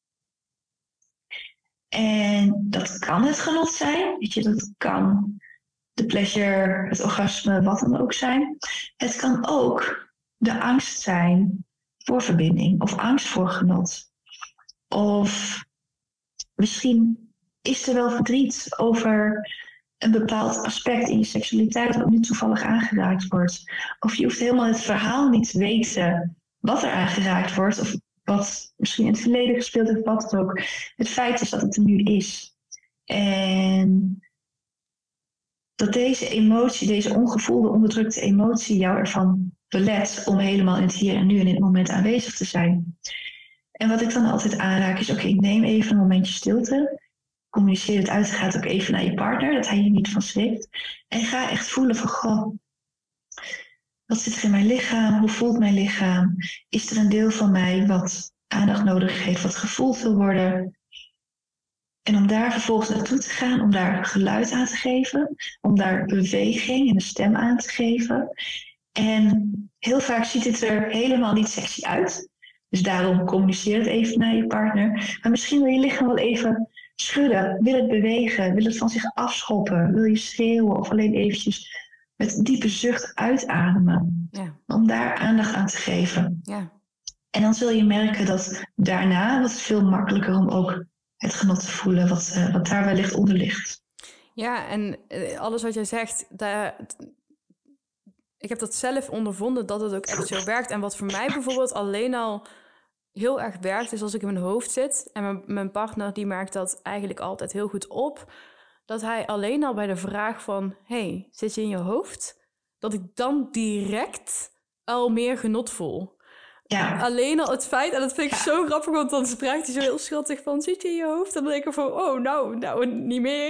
En dat kan het genot zijn. Weet je, dat kan de pleasure, het orgasme, wat dan ook zijn. Het kan ook de angst zijn voor verbinding of angst voor genot. Of misschien is er wel verdriet over een bepaald aspect in je seksualiteit wat nu toevallig aangeraakt wordt. Of je hoeft helemaal het verhaal niet te weten wat er aangeraakt wordt. Of wat misschien in het verleden gespeeld heeft, wat het ook. Het feit is dat het er nu is. En dat deze emotie, deze ongevoelde, onderdrukte emotie jou ervan belet om helemaal in het hier en nu en in het moment aanwezig te zijn. En wat ik dan altijd aanraak is, oké, neem even een momentje stilte. Communiceer het uit, ga het ook even naar je partner, dat hij je niet van schrikt. En ga echt voelen van, goh, wat zit er in mijn lichaam? Hoe voelt mijn lichaam? Is er een deel van mij wat aandacht nodig heeft, wat gevoeld wil worden? En om daar vervolgens naartoe te gaan, om daar geluid aan te geven, om daar beweging en een stem aan te geven. En heel vaak ziet het er helemaal niet sexy uit. Dus daarom communiceer het even naar je partner. Maar misschien wil je lichaam wel even schudden? Wil het bewegen? Wil het van zich afschoppen? Wil je schreeuwen of alleen eventjes met een diepe zucht uitademen?
Ja.
Om daar aandacht aan te geven.
Ja.
En dan zul je merken dat daarna wordt het veel makkelijker om ook het genot te voelen wat daar wellicht onder ligt.
Ja, en alles wat jij zegt, ik heb dat zelf ondervonden dat het ook echt zo werkt. En wat voor mij bijvoorbeeld alleen al heel erg werkt, is als ik in mijn hoofd zit. En mijn partner die merkt dat eigenlijk altijd heel goed op. Dat hij alleen al bij de vraag van, hey, zit je in je hoofd? Dat ik dan direct al meer genot voel.
Ja.
Alleen al het feit, en dat vind ik zo grappig, want dan spreekt hij zo heel schattig van, zit je in je hoofd? En dan denk ik van, oh, nou, niet meer.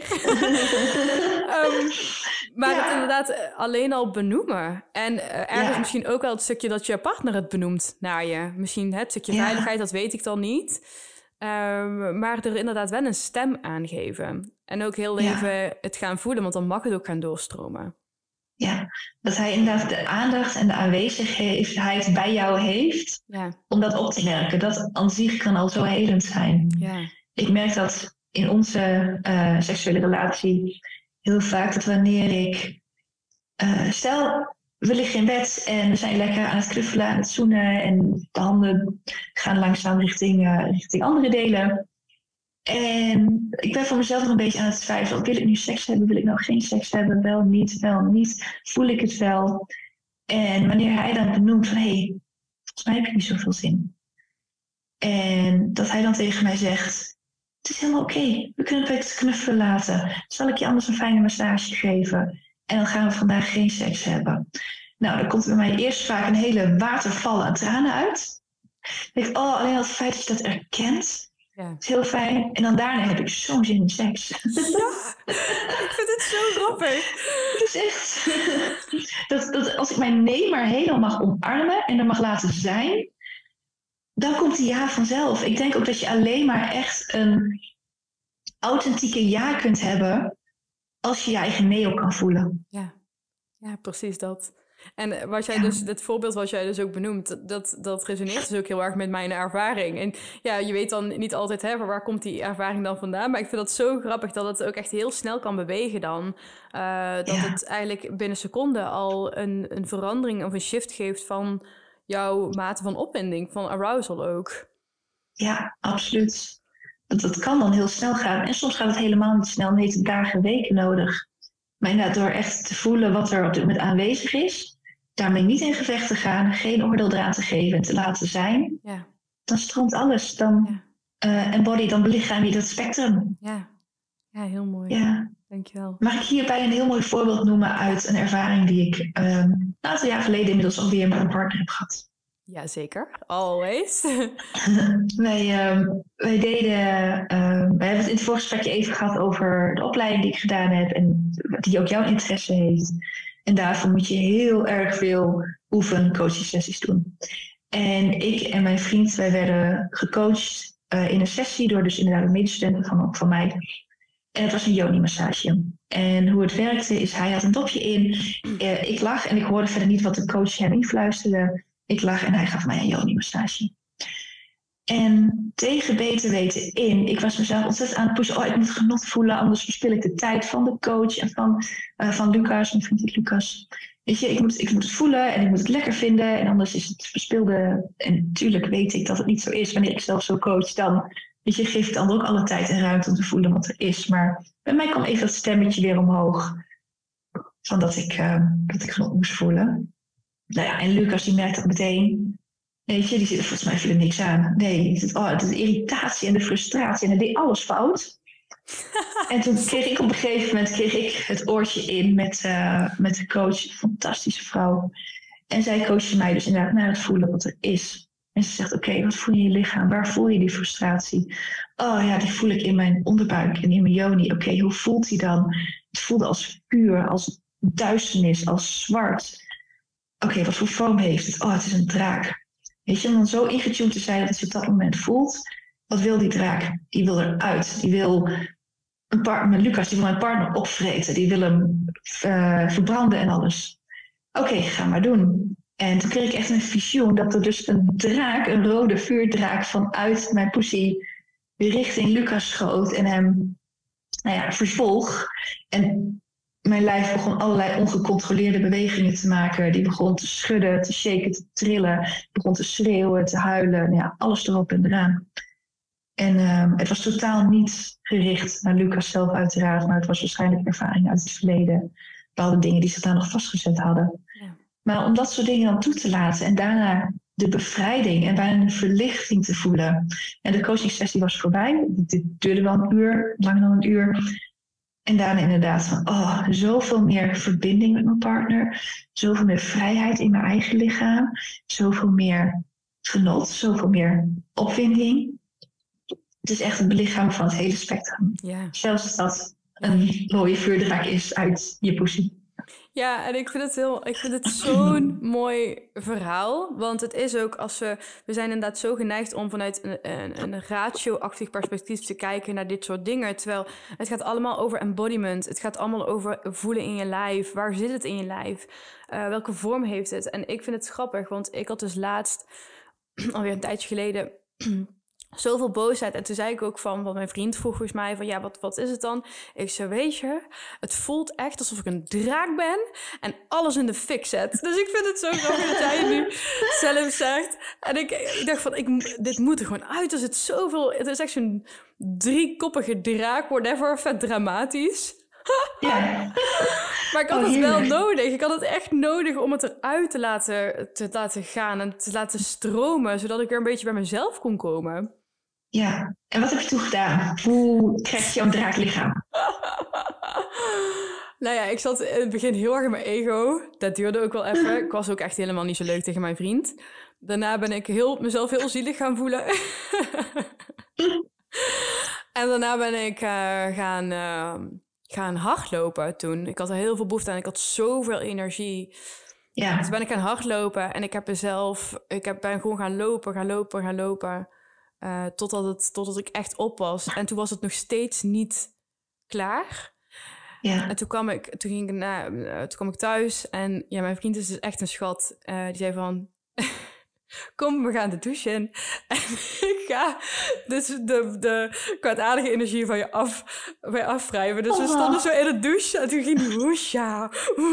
Maar het inderdaad alleen al benoemen. En ergens misschien ook wel het stukje dat je partner het benoemt naar je. Misschien het stukje veiligheid, dat weet ik dan niet. Maar er inderdaad wel een stem aangeven. En ook heel even het gaan voelen, want dan mag het ook gaan doorstromen.
Ja, dat hij inderdaad de aandacht en de aanwezigheid bij jou heeft om dat op te merken. Dat aan zich kan al zo helend zijn.
Ja.
Ik merk dat in onze seksuele relatie heel vaak dat wanneer ik... stel, we liggen in bed en we zijn lekker aan het knuffelen, aan het zoenen en de handen gaan langzaam richting andere delen. En ik ben voor mezelf nog een beetje aan het twijfelen. Wil ik nu seks hebben? Wil ik nou geen seks hebben? Wel niet, wel niet. Voel ik het wel? En wanneer hij dan benoemt van... Hé, volgens mij heb je niet zoveel zin. En dat hij dan tegen mij zegt... Het is helemaal oké. We kunnen het beter knuffelen laten. Zal ik je anders een fijne massage geven? En dan gaan we vandaag geen seks hebben. Nou, dan komt bij mij eerst vaak een hele waterval aan tranen uit. Ik denk, alleen al het feit dat je dat erkent...
Ja.
Dat is heel fijn. En dan daarna heb ik zo'n zin in seks.
Ja, ik vind het zo grappig.
Het is echt... dat als ik mijn nee maar helemaal mag omarmen en er mag laten zijn... dan komt die ja vanzelf. Ik denk ook dat je alleen maar echt een authentieke ja kunt hebben... als je je eigen nee ook kan voelen.
Ja, precies dat. En wat jij dus, het voorbeeld wat jij dus ook benoemt, dat resoneert dus ook heel erg met mijn ervaring. En ja, je weet dan niet altijd, waar komt die ervaring dan vandaan? Maar ik vind dat zo grappig dat het ook echt heel snel kan bewegen dan. Dat het eigenlijk binnen seconden al een verandering of een shift geeft van jouw mate van opwinding, van arousal ook.
Ja, absoluut. Dat kan dan heel snel gaan. En soms gaat het helemaal niet snel. Dan heeft het dagen, weken nodig. Maar inderdaad, door echt te voelen wat er op dit moment aanwezig is... daarmee niet in gevecht te gaan, geen oordeel eraan te geven en te laten zijn... dan stroomt alles. Embody, dan belichaam je dat spectrum.
Ja, heel mooi.
Ja.
Dankjewel.
Mag ik hierbij een heel mooi voorbeeld noemen uit een ervaring die ik een aantal jaar geleden inmiddels alweer met een partner heb gehad?
Jazeker, always.
Wij hebben het in het voorgesprekje even gehad over de opleiding die ik gedaan heb en die ook jouw interesse heeft. En daarvoor moet je heel erg veel coaching sessies doen. En ik en mijn vriend, wij werden gecoacht in een sessie door dus inderdaad een medestudent van mij. En het was een yoni-massage. En hoe het werkte is, hij had een dopje in. Ik lag en ik hoorde verder niet wat de coach hem influisterde. Ik lag en hij gaf mij een yoni-massage. En tegen beter weten in, ik was mezelf ontzettend aan het pushen. Ik moet genot voelen, anders verspil ik de tijd van de coach en van Lucas, mijn vriend Lucas. Weet je, ik moet het voelen en ik moet het lekker vinden. En anders is het verspilde. En natuurlijk weet ik dat het niet zo is. Wanneer ik zelf zo coach, dan geef ik de ander ook alle tijd en ruimte om te voelen wat er is. Maar bij mij kwam even dat stemmetje weer omhoog. Van dat ik genot moest voelen. Nou ja, en Lucas die merkt dat meteen. Weet je, die zit volgens mij viel niks aan. Nee, het is de irritatie en de frustratie. En hij deed alles fout. En toen kreeg ik op een gegeven moment het oortje in met de coach. Een fantastische vrouw. En zij coachte mij dus inderdaad naar het voelen wat er is. En ze zegt, oké, wat voel je in je lichaam? Waar voel je die frustratie? Oh ja, die voel ik in mijn onderbuik en in mijn yoni. Oké, hoe voelt die dan? Het voelde als vuur, als duisternis, als zwart. Oké, wat voor vorm heeft het? Het is een draak. Weet je, om dan zo ingetuned te zijn dat je op dat moment voelt. Wat wil die draak? Die wil eruit. Die wil Lucas, die wil mijn partner opvreten. Die wil hem verbranden en alles. Oké, ga maar doen. En toen kreeg ik echt een visioen dat er dus een draak, een rode vuurdraak vanuit mijn pussy weer richting Lucas schoot en hem vervolg. En mijn lijf begon allerlei ongecontroleerde bewegingen te maken. Die begon te schudden, te shaken, te trillen. Begon te schreeuwen, te huilen. Alles erop en eraan. En het was totaal niet gericht naar Lucas zelf uiteraard. Maar het was waarschijnlijk ervaring uit het verleden. Bepaalde dingen die zich daar nog vastgezet hadden. Ja. Maar om dat soort dingen dan toe te laten. En daarna de bevrijding en bijna een verlichting te voelen. En de coachingsessie was voorbij. Dit duurde wel een uur, langer dan een uur. En daarna inderdaad van, zoveel meer verbinding met mijn partner. Zoveel meer vrijheid in mijn eigen lichaam. Zoveel meer genot, zoveel meer opwinding. Het is echt een belichaam van het hele spectrum. Ja. Zelfs als dat een mooie vuurdraak is uit je poesie.
Ja, en ik vind het zo'n mooi verhaal. Want het is ook we zijn inderdaad zo geneigd om vanuit een ratio-achtig perspectief te kijken naar dit soort dingen. Terwijl het gaat allemaal over embodiment. Het gaat allemaal over voelen in je lijf. Waar zit het in je lijf? Welke vorm heeft het? En ik vind het grappig, want ik had dus laatst, alweer een tijdje geleden, zoveel boosheid. En toen zei ik ook want mijn vriend vroeg volgens mij van, ja, wat is het dan? Ik zei, weet je, het voelt echt alsof ik een draak ben en alles in de fik zet. Dus ik vind het zo grappig dat jij het nu zelf zegt. En ik dacht van, dit moet er gewoon uit. Er zit zoveel, het is echt zo'n 3-koppige draak, whatever, vet dramatisch. Ja. Maar ik had het wel nodig. Ik had het echt nodig om het eruit te laten gaan en te laten stromen, zodat ik weer een beetje bij mezelf kon komen.
Ja, en wat heb je toen gedaan? Hoe krijg je jouw draaklichaam?
Nou ja, ik zat in het begin heel erg in mijn ego. Dat duurde ook wel even. Ik was ook echt helemaal niet zo leuk tegen mijn vriend. Daarna ben ik mezelf heel zielig gaan voelen. En daarna ben ik gaan hardlopen toen. Ik had er heel veel behoefte aan. Ik had zoveel energie. Ja. Dus ben ik gaan hardlopen. En ik ben gewoon gaan lopen. Totdat ik echt op was. En toen was het nog steeds niet klaar. Ja. En toen kwam ik thuis. En ja, mijn vriend is dus echt een schat. Die zei van, kom, we gaan de douche in. En ik ga dus de kwaadaardige energie van je afwrijven. Dus we stonden zo in de douche. En toen ging die woesja.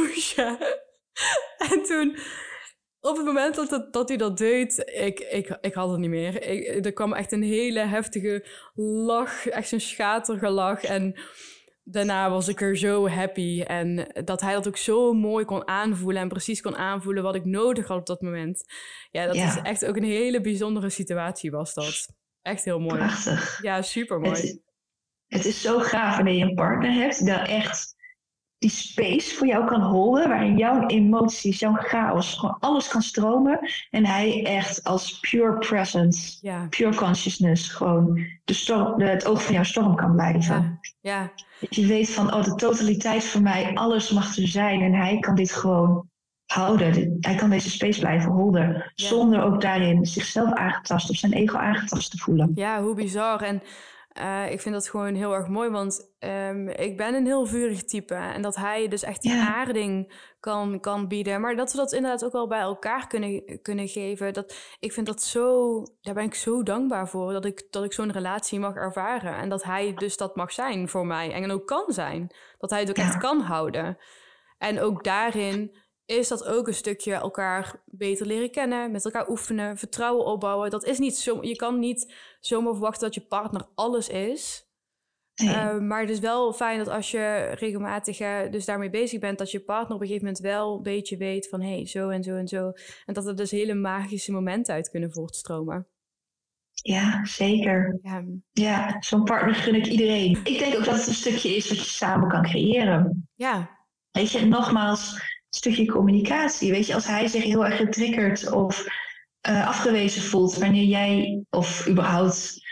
En toen, op het moment dat hij dat deed, ik had het niet meer. Er kwam echt een hele heftige lach, echt zo'n schaterige lach. En daarna was ik er zo happy. En dat hij dat ook zo mooi kon aanvoelen en precies kon aanvoelen wat ik nodig had op dat moment. Ja, dat is echt ook een hele bijzondere situatie was dat. Echt heel mooi.
Prachtig.
Ja, super mooi.
Het is zo gaaf wanneer je een partner hebt die dan echt die space voor jou kan holden, waarin jouw emoties, jouw chaos, gewoon alles kan stromen. En hij echt als pure presence, pure consciousness, gewoon het oog van jouw storm kan blijven.
Ja.
Dat je weet van, de totaliteit van mij, alles mag er zijn. En hij kan dit gewoon houden. Hij kan deze space blijven holden. Zonder ook daarin zichzelf aangetast of zijn ego aangetast te voelen.
Ja, hoe bizar. En ik vind dat gewoon heel erg mooi, want ik ben een heel vurig type. En dat hij dus echt die aarding kan bieden. Maar dat we dat inderdaad ook wel bij elkaar kunnen geven. Ik vind dat zo, daar ben ik zo dankbaar voor. Dat ik zo'n relatie mag ervaren. En dat hij dus dat mag zijn voor mij. En ook kan zijn. Dat hij het ook echt kan houden. En ook daarin is dat ook een stukje elkaar beter leren kennen, met elkaar oefenen, vertrouwen opbouwen. Dat is niet zo, je kan niet zomaar verwachten dat je partner alles is. Nee. Maar het is wel fijn dat als je regelmatig dus daarmee bezig bent, dat je partner op een gegeven moment wel een beetje weet van hey, zo en zo en zo. En dat er dus hele magische momenten uit kunnen voortstromen.
Ja, zeker. Ja, zo'n partner gun ik iedereen. Ik denk ook dat het een stukje is wat je samen kan creëren.
Ja.
Weet je, nogmaals, een stukje communicatie. Weet je, als hij zich heel erg getriggerd of afgewezen voelt wanneer jij of überhaupt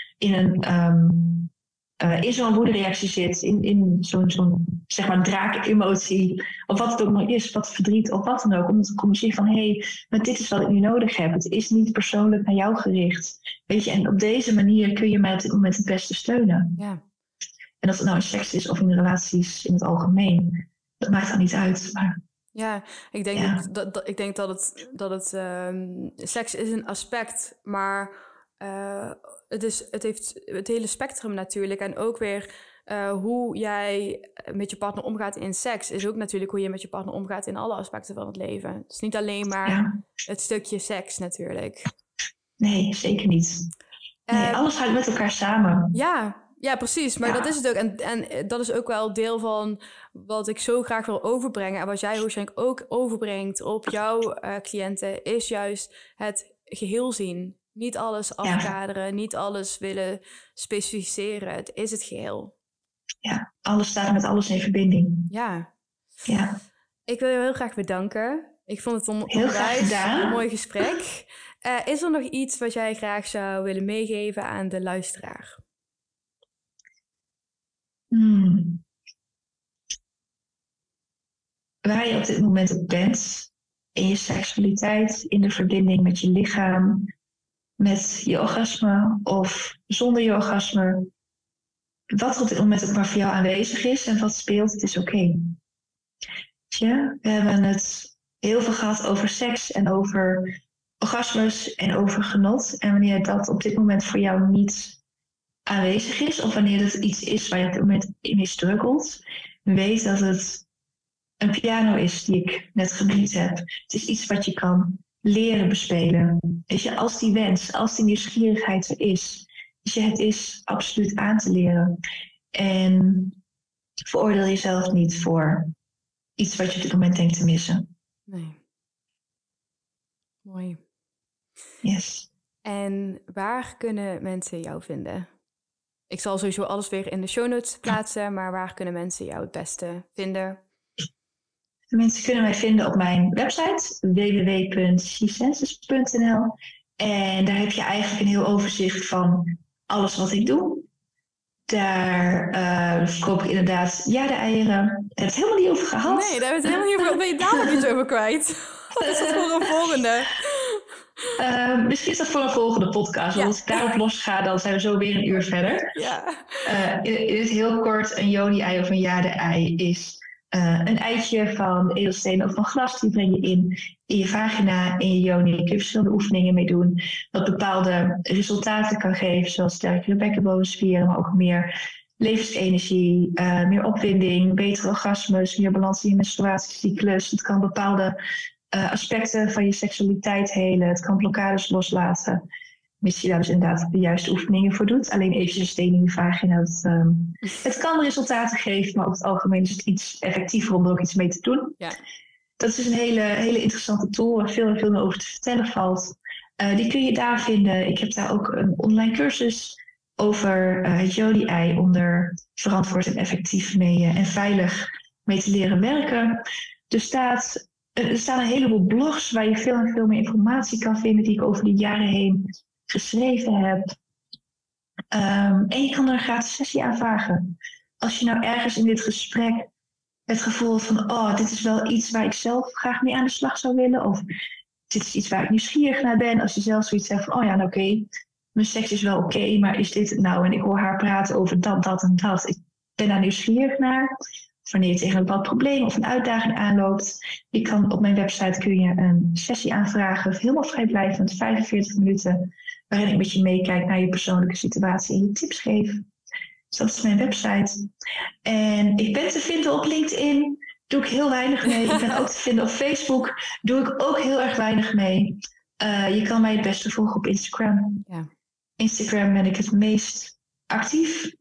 in zo'n woedereactie zit, in zo'n zeg maar draak-emotie, of wat het ook nog is, wat verdriet of wat dan ook, om te communiceren van hey, maar dit is wat ik nu nodig heb. Het is niet persoonlijk naar jou gericht. Weet je, en op deze manier kun je mij op dit moment het beste steunen. Ja. En of het nou in seks is of in relaties in het algemeen, dat maakt dan niet uit. Maar
ja, ik denk dat het seks is een aspect, maar het heeft het hele spectrum natuurlijk. En ook weer hoe jij met je partner omgaat in seks... is ook natuurlijk hoe je met je partner omgaat in alle aspecten van het leven. Het is niet alleen maar het stukje seks natuurlijk.
Nee, zeker niet. Nee, alles hangt met elkaar samen.
Ja, precies. Maar dat is het ook. En dat is ook wel deel van wat ik zo graag wil overbrengen. En wat jij waarschijnlijk ook overbrengt op jouw cliënten... is juist het geheel zien. Niet alles afkaderen, niet alles willen specificeren. Het is het geheel. Ja,
alles staat met alles in verbinding.
Ja. Ik wil je heel graag bedanken. Ik vond het een mooi gesprek. Is er nog iets wat jij graag zou willen meegeven aan de luisteraar?
Waar je op dit moment op bent, in je seksualiteit, in de verbinding met je lichaam, met je orgasme of zonder je orgasme, wat er op dit moment ook maar voor jou aanwezig is en wat speelt, het is oké. We hebben het heel veel gehad over seks en over orgasmes en over genot. En wanneer dat op dit moment voor jou niet aanwezig is, of wanneer het iets is waar je op dit moment mee struggelt, weet dat het een piano is die ik net genoemd heb. Het is iets wat je kan leren bespelen. Weet je, als die wens, als die nieuwsgierigheid er is, het is absoluut aan te leren. En veroordeel jezelf niet voor iets wat je op dit moment denkt te missen.
Nee. Mooi.
Yes.
En waar kunnen mensen jou vinden? Ik zal sowieso alles weer in de show notes plaatsen, maar waar kunnen mensen jou het beste vinden?
Mensen kunnen mij vinden op mijn website www.shesenses.nl. En daar heb je eigenlijk een heel overzicht van alles wat ik doe. Daar verkoop ik inderdaad de eieren. Daar hebben we het helemaal niet over gehad.
Nee, daar hebben we het helemaal niet over gehad. Ben je daar nog iets over kwijt? Wat is dat voor een volgende?
Misschien is dat voor een volgende podcast. Want als ik daarop los ga, dan zijn we zo weer een uur verder. In het heel kort, een Joni-ei of een jade-ei is een eitje van edelstenen of van glas. Die breng je in je vagina, in je Joni. Daar kun je verschillende oefeningen mee doen. Wat bepaalde resultaten kan geven, zoals sterkere bekkenbodemspieren, maar ook meer levensenergie, meer opwinding, betere orgasmes, meer balans in je menstruatiecyclus. Het kan bepaalde aspecten van je seksualiteit helen. Het kan blokkades loslaten. Mits je daar dus inderdaad de juiste oefeningen voor doet. Alleen eventjes een steen in je vagina. Het kan resultaten geven, maar over het algemeen is het iets effectiever om er ook iets mee te doen.
Ja.
Dat is dus een hele interessante tool waar veel meer over te vertellen valt. Die kun je daar vinden. Ik heb daar ook een online cursus over het Jodi-ei om er verantwoord en effectief mee en veilig mee te leren werken. Er staan een heleboel blogs waar je veel meer informatie kan vinden die ik over de jaren heen geschreven heb. En je kan er een gratis sessie aanvragen. Als je nou ergens in dit gesprek het gevoel van, dit is wel iets waar ik zelf graag mee aan de slag zou willen, of dit is iets waar ik nieuwsgierig naar ben. Als je zelf zoiets zegt van, oké, mijn seks is wel oké, maar is dit het nou? En ik hoor haar praten over dat en dat. Ik ben daar nieuwsgierig naar. Wanneer je tegen een bepaald probleem of een uitdaging aanloopt. Op mijn website kun je een sessie aanvragen, helemaal vrijblijvend, 45 minuten, waarin ik met je meekijk naar je persoonlijke situatie en je tips geef. Dus dat is mijn website. En ik ben te vinden op LinkedIn, doe ik heel weinig mee. Ik ben ook te vinden op Facebook, doe ik ook heel erg weinig mee. Je kan mij het beste volgen op Instagram.
Ja.
Instagram ben ik het meest actief.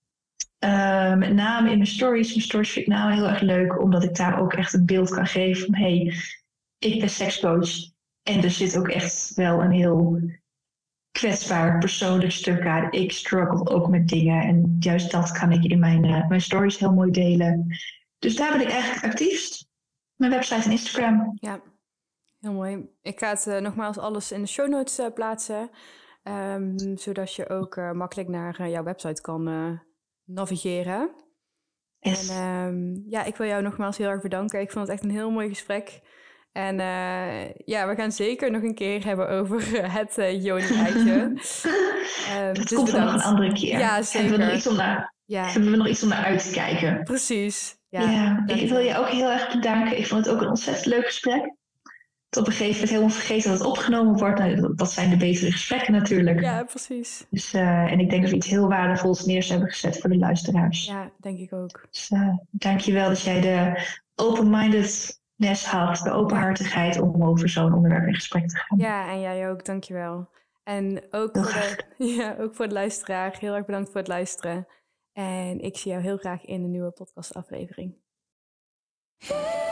Met name in mijn stories. Mijn stories vind ik nou heel erg leuk, omdat ik daar ook echt een beeld kan geven van ik ben sekscoach. En er zit ook echt wel een heel kwetsbaar persoonlijk stuk aan. Ik struggle ook met dingen en juist dat kan ik in mijn stories heel mooi delen. Dus daar ben ik eigenlijk het actiefst. Mijn website en Instagram.
Ja, heel mooi. Ik ga het nogmaals alles in de show notes plaatsen. Zodat je ook makkelijk naar jouw website kan navigeren.
Yes.
En ik wil jou nogmaals heel erg bedanken. Ik vond het echt een heel mooi gesprek. En we gaan zeker nog een keer hebben over het Joni-eitje.
Het komt dan nog een andere keer.
Ja, zeker.
Hebben we nog iets om naar uit te kijken.
Precies.
Ik wil je ook heel erg bedanken. Ik vond het ook een ontzettend leuk gesprek. Het op een gegeven moment helemaal vergeten dat het opgenomen wordt. Nou, dat zijn de betere gesprekken natuurlijk.
Ja, precies.
Dus, en ik denk dat we iets heel waardevols neer hebben gezet voor de luisteraars.
Ja, denk ik ook.
Dus dankjewel dat jij de open-mindedness had, de openhartigheid om over zo'n onderwerp in gesprek te gaan.
Ja, en jij ook, dankjewel. En ook ook voor de luisteraar, heel erg bedankt voor het luisteren. En ik zie jou heel graag in de nieuwe podcastaflevering.